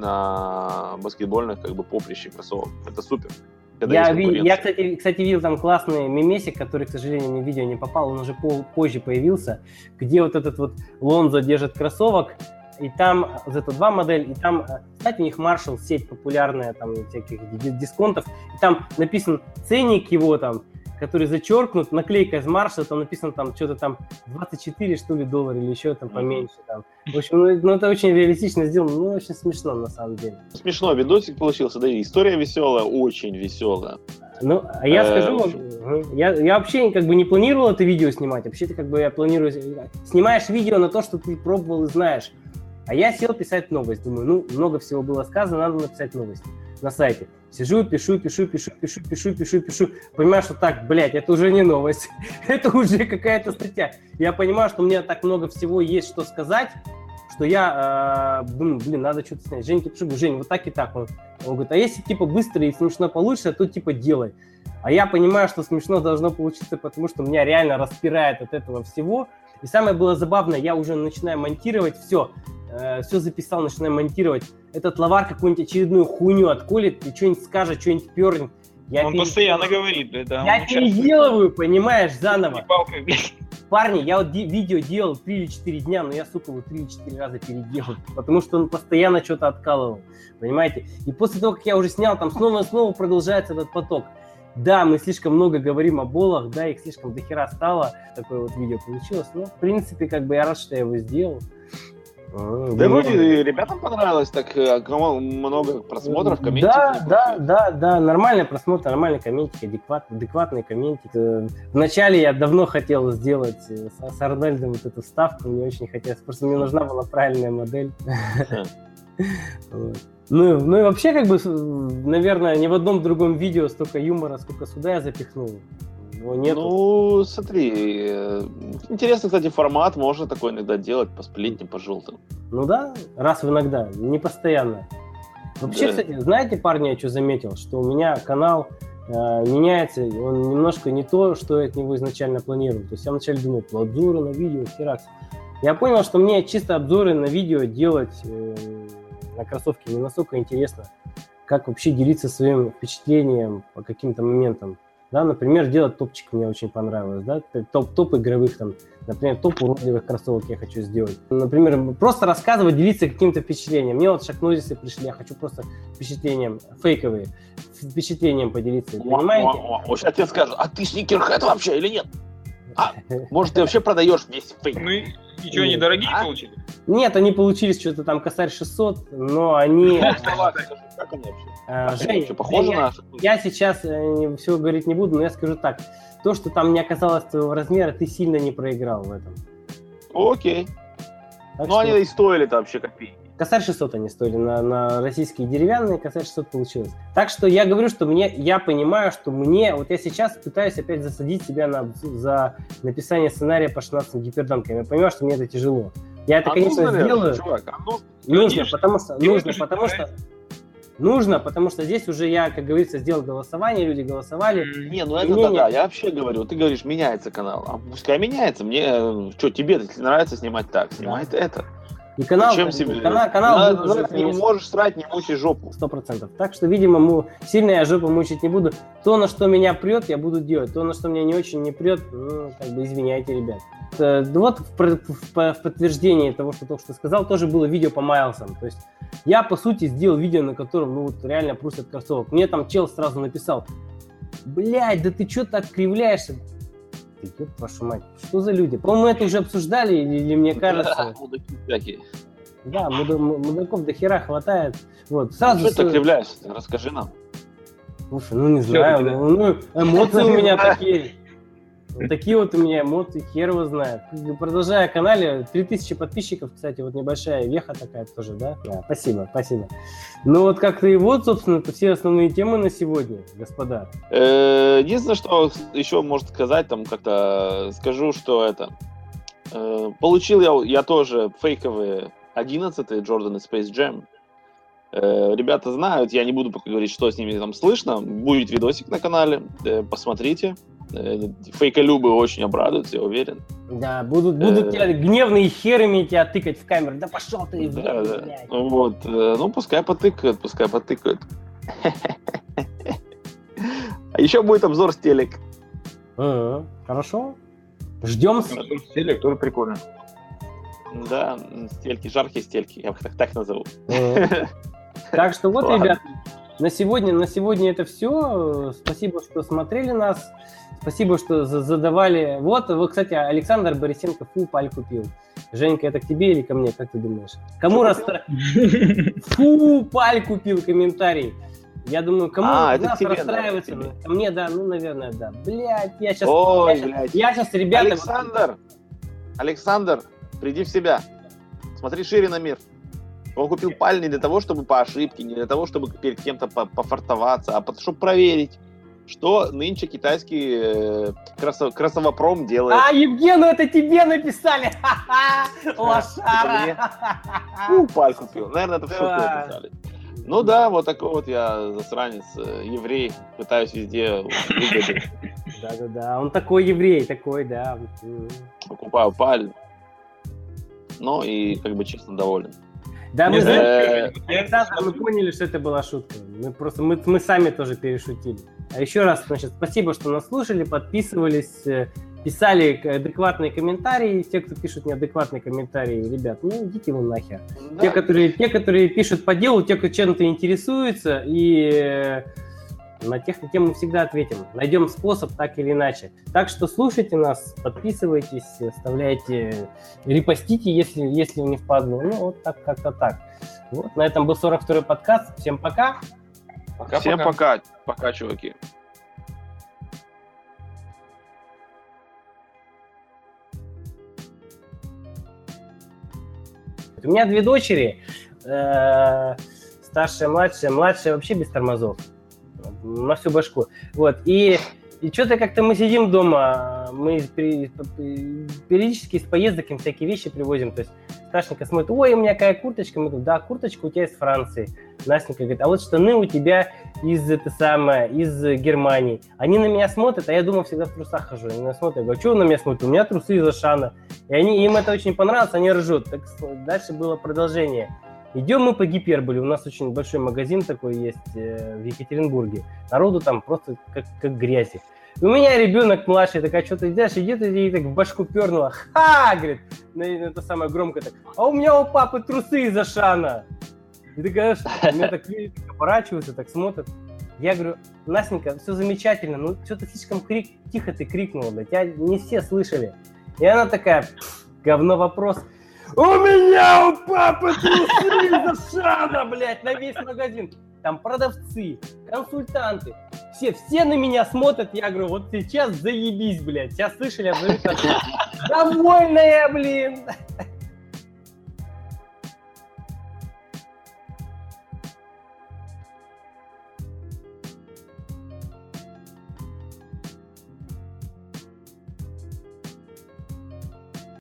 [SPEAKER 2] на баскетбольных как бы поприще кроссовок. Это супер.
[SPEAKER 1] Я, ви, я кстати, кстати, видел там классный мемесик, который, к сожалению, мне в видео не попал, он уже пол, позже появился, где вот этот вот Лонзо держит кроссовок, и там зет два модель, и там, кстати, у них Marshall, сеть популярная, там, всяких дисконтов, и там написан ценник его там, который зачеркнут, наклейка из Marshall, там написано там что-то там двадцать четыре, что ли, доллара или еще там поменьше. Там. В общем, ну, ну это очень реалистично сделано, ну очень смешно на самом деле.
[SPEAKER 2] Смешно, видосик получился, да, и история веселая, очень веселая.
[SPEAKER 1] Ну, а я скажу, я, я вообще как бы не планировал это видео снимать, вообще-то как бы я планирую, снимаешь видео на то, что ты пробовал и знаешь, а я сел писать новость, думаю, ну, много всего было сказано, надо написать новость на сайте. Сижу, пишу, пишу, пишу, пишу, пишу, пишу, пишу. Понимаю, что так, блядь, это уже не новость. Это уже какая-то статья. Я понимаю, что у меня так много всего есть, что сказать, что я э, думаю, блин, надо что-то снять. Женьке пишу, Жень, вот так и так. Он, он говорит, а если типа быстро и смешно получится, то типа делай. А я понимаю, что смешно должно получиться, потому что меня реально распирает от этого всего. И самое было забавное, я уже начинаю монтировать, все, э, все записал, начинаю монтировать. Этот лавар какую-нибудь очередную хуйню отколет и что-нибудь скажет, что-нибудь пернет. Я
[SPEAKER 3] он перед... постоянно говорит, да.
[SPEAKER 1] Я переделываю, понимаешь, заново. Парни, я вот ди- видео делал три или четыре дня, но я, сука, его три или четыре раза переделал, потому что он постоянно что-то откалывал, понимаете? И после того, как я уже снял, там снова и снова продолжается этот поток. Да, мы слишком много говорим о болах, да, их слишком дохера стало, такое вот видео получилось, но, в принципе, как бы я рад, что я его сделал.
[SPEAKER 2] Да вроде ребятам понравилось, так много просмотров, комментиков.
[SPEAKER 1] Да, да, да, да, нормальный просмотр, нормальный комментик, адекват, адекватный комментик. Вначале я давно хотел сделать с, с Арнольдом вот эту вставку, мне очень хотелось, просто мне нужна была правильная модель. Ну, ну и вообще, как бы, наверное, ни в одном другом видео столько юмора, сколько сюда я запихнул. Его нету.
[SPEAKER 2] Ну, смотри, интересный, кстати, формат, можно такой иногда делать по сплетням, по желтым.
[SPEAKER 1] Ну да, раз в иногда, не постоянно. Вообще,
[SPEAKER 2] Да.
[SPEAKER 1] кстати, знаете, парни, я что заметил? Что у меня канал э, меняется, он немножко не то, что я от него изначально планировал. То есть я вначале думал, обзоры на видео, херакс. Я понял, что мне чисто обзоры на видео делать э, на кроссовки не настолько интересно, как вообще делиться своим впечатлением по каким-то моментам. Да, например, делать топчик мне очень понравилось, да, топ, топ игровых там, например, топ уродливых кроссовок я хочу сделать. Например, просто рассказывать, делиться каким-то впечатлением. Мне вот шаг-нозисы пришли, я хочу просто впечатлением, фейковые, впечатлением поделиться, понимаете?
[SPEAKER 2] Вот сейчас тебе скажут, а ты сникерхед вообще или нет? А, может, ты вообще продаешь весь фейк?
[SPEAKER 3] Ну и ничего, они дорогие
[SPEAKER 2] А?
[SPEAKER 3] получили?
[SPEAKER 1] Нет, они получились что-то там косарь шестьсот, но они...
[SPEAKER 2] Как они вообще?
[SPEAKER 1] А,
[SPEAKER 2] Они
[SPEAKER 1] Жень,
[SPEAKER 2] вообще похожи
[SPEAKER 1] я,
[SPEAKER 2] на...
[SPEAKER 1] я сейчас э, все говорить не буду, но я скажу так. То, что там не оказалось твоего размера, ты сильно не проиграл в этом.
[SPEAKER 2] Окей.
[SPEAKER 1] Так
[SPEAKER 2] Ну,
[SPEAKER 1] что
[SPEAKER 2] они и стоили-то вообще копейки.
[SPEAKER 1] косарь шестьсот они стоили, на, на российские деревянные косарь шестьсот получилось. Так что я говорю, что мне, я понимаю, что мне, вот я сейчас пытаюсь опять засадить себя на, за написание сценария по шестнадцатым гиперданкам. Я понимаю, что мне это тяжело. Я это,
[SPEAKER 2] А
[SPEAKER 1] конечно,
[SPEAKER 2] нужно ли,
[SPEAKER 1] сделаю.
[SPEAKER 2] чувак, а нужно?
[SPEAKER 1] Нужно,
[SPEAKER 3] Конечно.
[SPEAKER 1] потому что,
[SPEAKER 3] Делай
[SPEAKER 1] нужно,
[SPEAKER 3] то, что
[SPEAKER 1] потому что, нужно, потому что здесь уже я, как говорится, сделал голосование, люди голосовали.
[SPEAKER 2] Не, ну это
[SPEAKER 1] Не,
[SPEAKER 2] да,
[SPEAKER 1] не.
[SPEAKER 2] да, я вообще говорю, ты говоришь, меняется канал, а пускай меняется, мне, что, тебе, если нравится снимать так, снимай
[SPEAKER 1] Да.
[SPEAKER 2] это.
[SPEAKER 1] И канал,
[SPEAKER 2] Зачем себе?
[SPEAKER 1] канал, канал
[SPEAKER 2] На-
[SPEAKER 1] будет
[SPEAKER 2] на-
[SPEAKER 1] уже,
[SPEAKER 2] не
[SPEAKER 1] конечно,
[SPEAKER 2] можешь срать, не мучай жопу.
[SPEAKER 1] сто процентов. Так что, видимо, му, сильно я жопу мучить не буду. То, на что меня прет, я буду делать. То, на что меня не очень не прет, ну, как бы извиняйте, ребят. Э, да вот в, про- в по- в подтверждение того, что только что сказал, тоже было видео по Майлсам. То есть я, по сути, сделал видео, на котором, ну, вот реально прусят кроссовок. Мне там чел сразу написал: блядь, да ты что так кривляешься? Ты, ёб вашу мать, что за люди? По-моему, это уже обсуждали, или, или мне кажется...
[SPEAKER 2] Мудаки всякие.
[SPEAKER 1] Да, муда- мудаков до хера хватает. Вот, сразу...
[SPEAKER 2] Что ты так
[SPEAKER 1] с-
[SPEAKER 2] кривляешься? Расскажи нам.
[SPEAKER 1] Слушай, ну не
[SPEAKER 3] Всё,
[SPEAKER 1] знаю,
[SPEAKER 3] да.
[SPEAKER 1] ну, ну, эмоции у меня такие. Вот такие вот у меня эмоции, хер его знает. Продолжая о канале, три тысячи подписчиков, кстати, вот небольшая веха такая тоже, да? Да, спасибо, спасибо. Ну вот как-то и вот, собственно, это все основные темы на сегодня, господа.
[SPEAKER 2] Э, Единственное, что еще может сказать, там как-то скажу, что это. э, Получил я, я тоже фейковые одиннадцатые Jordan и Space Jam. Э, Ребята знают, я не буду пока говорить, что с ними там слышно. Будет видосик на канале, э, посмотрите. Э, Фейколюбы очень обрадуются, я уверен.
[SPEAKER 1] Да, будут, будут
[SPEAKER 2] Э.
[SPEAKER 1] тебя гневные херами тебя тыкать в камеру. Да пошел ты,
[SPEAKER 2] Да, да.
[SPEAKER 1] блядь.
[SPEAKER 2] Вот, э, ну пускай потыкают, пускай потыкают. А еще будет обзор с телек.
[SPEAKER 1] Ага, хорошо. Ждем.
[SPEAKER 3] Телек тоже прикольно.
[SPEAKER 2] Да, стельки, жаркие стельки, я их так, так назову.
[SPEAKER 1] Ага. Так что вот,
[SPEAKER 2] Ладно.
[SPEAKER 1] ребят, на сегодня, на сегодня это все. Спасибо, что смотрели нас. Спасибо, что за- задавали. Вот, вот, кстати, Александр Борисенко фу паль купил. Женька, это к тебе или ко мне, как ты думаешь? Кому
[SPEAKER 2] Что
[SPEAKER 1] расстра... Фу паль купил комментарий. Я думаю, кому
[SPEAKER 2] А,
[SPEAKER 1] из
[SPEAKER 2] это
[SPEAKER 1] нас
[SPEAKER 2] тебе,
[SPEAKER 1] расстраиваться?
[SPEAKER 2] наверное,
[SPEAKER 1] Ко мне, да, ну, наверное, да. Блять, я сейчас...
[SPEAKER 2] Ой,
[SPEAKER 1] я щас,
[SPEAKER 2] блядь.
[SPEAKER 1] я щас, ребята...
[SPEAKER 2] Александр, Александр, приди в себя. Смотри шире на мир. Он купил паль не для того, чтобы по ошибке, не для того, чтобы перед кем-то по- пофартоваться, а чтобы проверить, что нынче китайский э, кросо- кроссовопром делает.
[SPEAKER 1] А, Евгену, это тебе написали! Ха-ха!
[SPEAKER 2] это
[SPEAKER 1] Лошара!
[SPEAKER 2] мне. Ну, паль купил. Наверное, это в шутку
[SPEAKER 1] Да.
[SPEAKER 2] написали. Ну да, вот такой вот я засранец, э, еврей, пытаюсь везде выгодить.
[SPEAKER 1] Да-да-да, он такой еврей, такой, да. М.
[SPEAKER 2] Покупаю паль. Ну и как бы честно доволен.
[SPEAKER 1] Да, мы,
[SPEAKER 3] Не
[SPEAKER 1] знаем,
[SPEAKER 2] Э,
[SPEAKER 1] Александр, мы поняли, что это была шутка. Мы просто, мы, мы сами тоже перешутили. А еще раз, значит, спасибо, что нас слушали, подписывались, э, писали к- адекватные комментарии. Те, кто пишут неадекватные комментарии, ребят, ну идите вы нахер.
[SPEAKER 2] да.
[SPEAKER 1] Те, которые, те, которые пишут по делу, те, кто чем-то интересуется, и э, на тех тем мы всегда ответим. Найдем способ так или иначе. Так что слушайте нас, подписывайтесь, оставляйте, репостите, если, если не впадло. Ну, вот так, как-то так. Вот, на этом был сорок второй подкаст. Всем пока.
[SPEAKER 2] Всем пока, пока, чуваки.
[SPEAKER 1] У меня две дочери. Э, старшая, младшая, младшая вообще без тормозов, на всю башку. Вот, и, и что-то как-то мы сидим дома, мы периодически из поездок им всякие вещи привозим, то есть Сташенька смотрит, ой, у меня какая курточка, мы говорим, да, курточка у тебя из Франции. Настенька говорит, а вот штаны у тебя из, это самое, из Германии. Они на меня смотрят, а я думаю, всегда в трусах хожу. Они на меня смотрят, я говорю, что вы на меня смотрите? У меня трусы из Ашана. И они, им это очень понравилось, они ржут. Так дальше было продолжение. Идем мы по гиперболе, у нас очень большой магазин такой есть э, в Екатеринбурге. Народу там просто как, как грязи. У меня ребенок младший, такая, что ты делаешь, идет и так в башку пернула. Ха, говорит, на, на это самое громко так. А у меня у папы трусы из Ашана. И такая, у меня так видят, оборачиваются, так смотрят. Я говорю, Настенька, все замечательно, ну что-то слишком крик, тихо ты крикнула, да, тебя не все слышали. И она такая, говно вопрос. У меня у папы трусы из Ашана, блядь, на весь магазин. Там продавцы, консультанты, все, все на меня смотрят, я говорю, вот сейчас заебись, блядь, сейчас слышали абсолютно довольная, блин.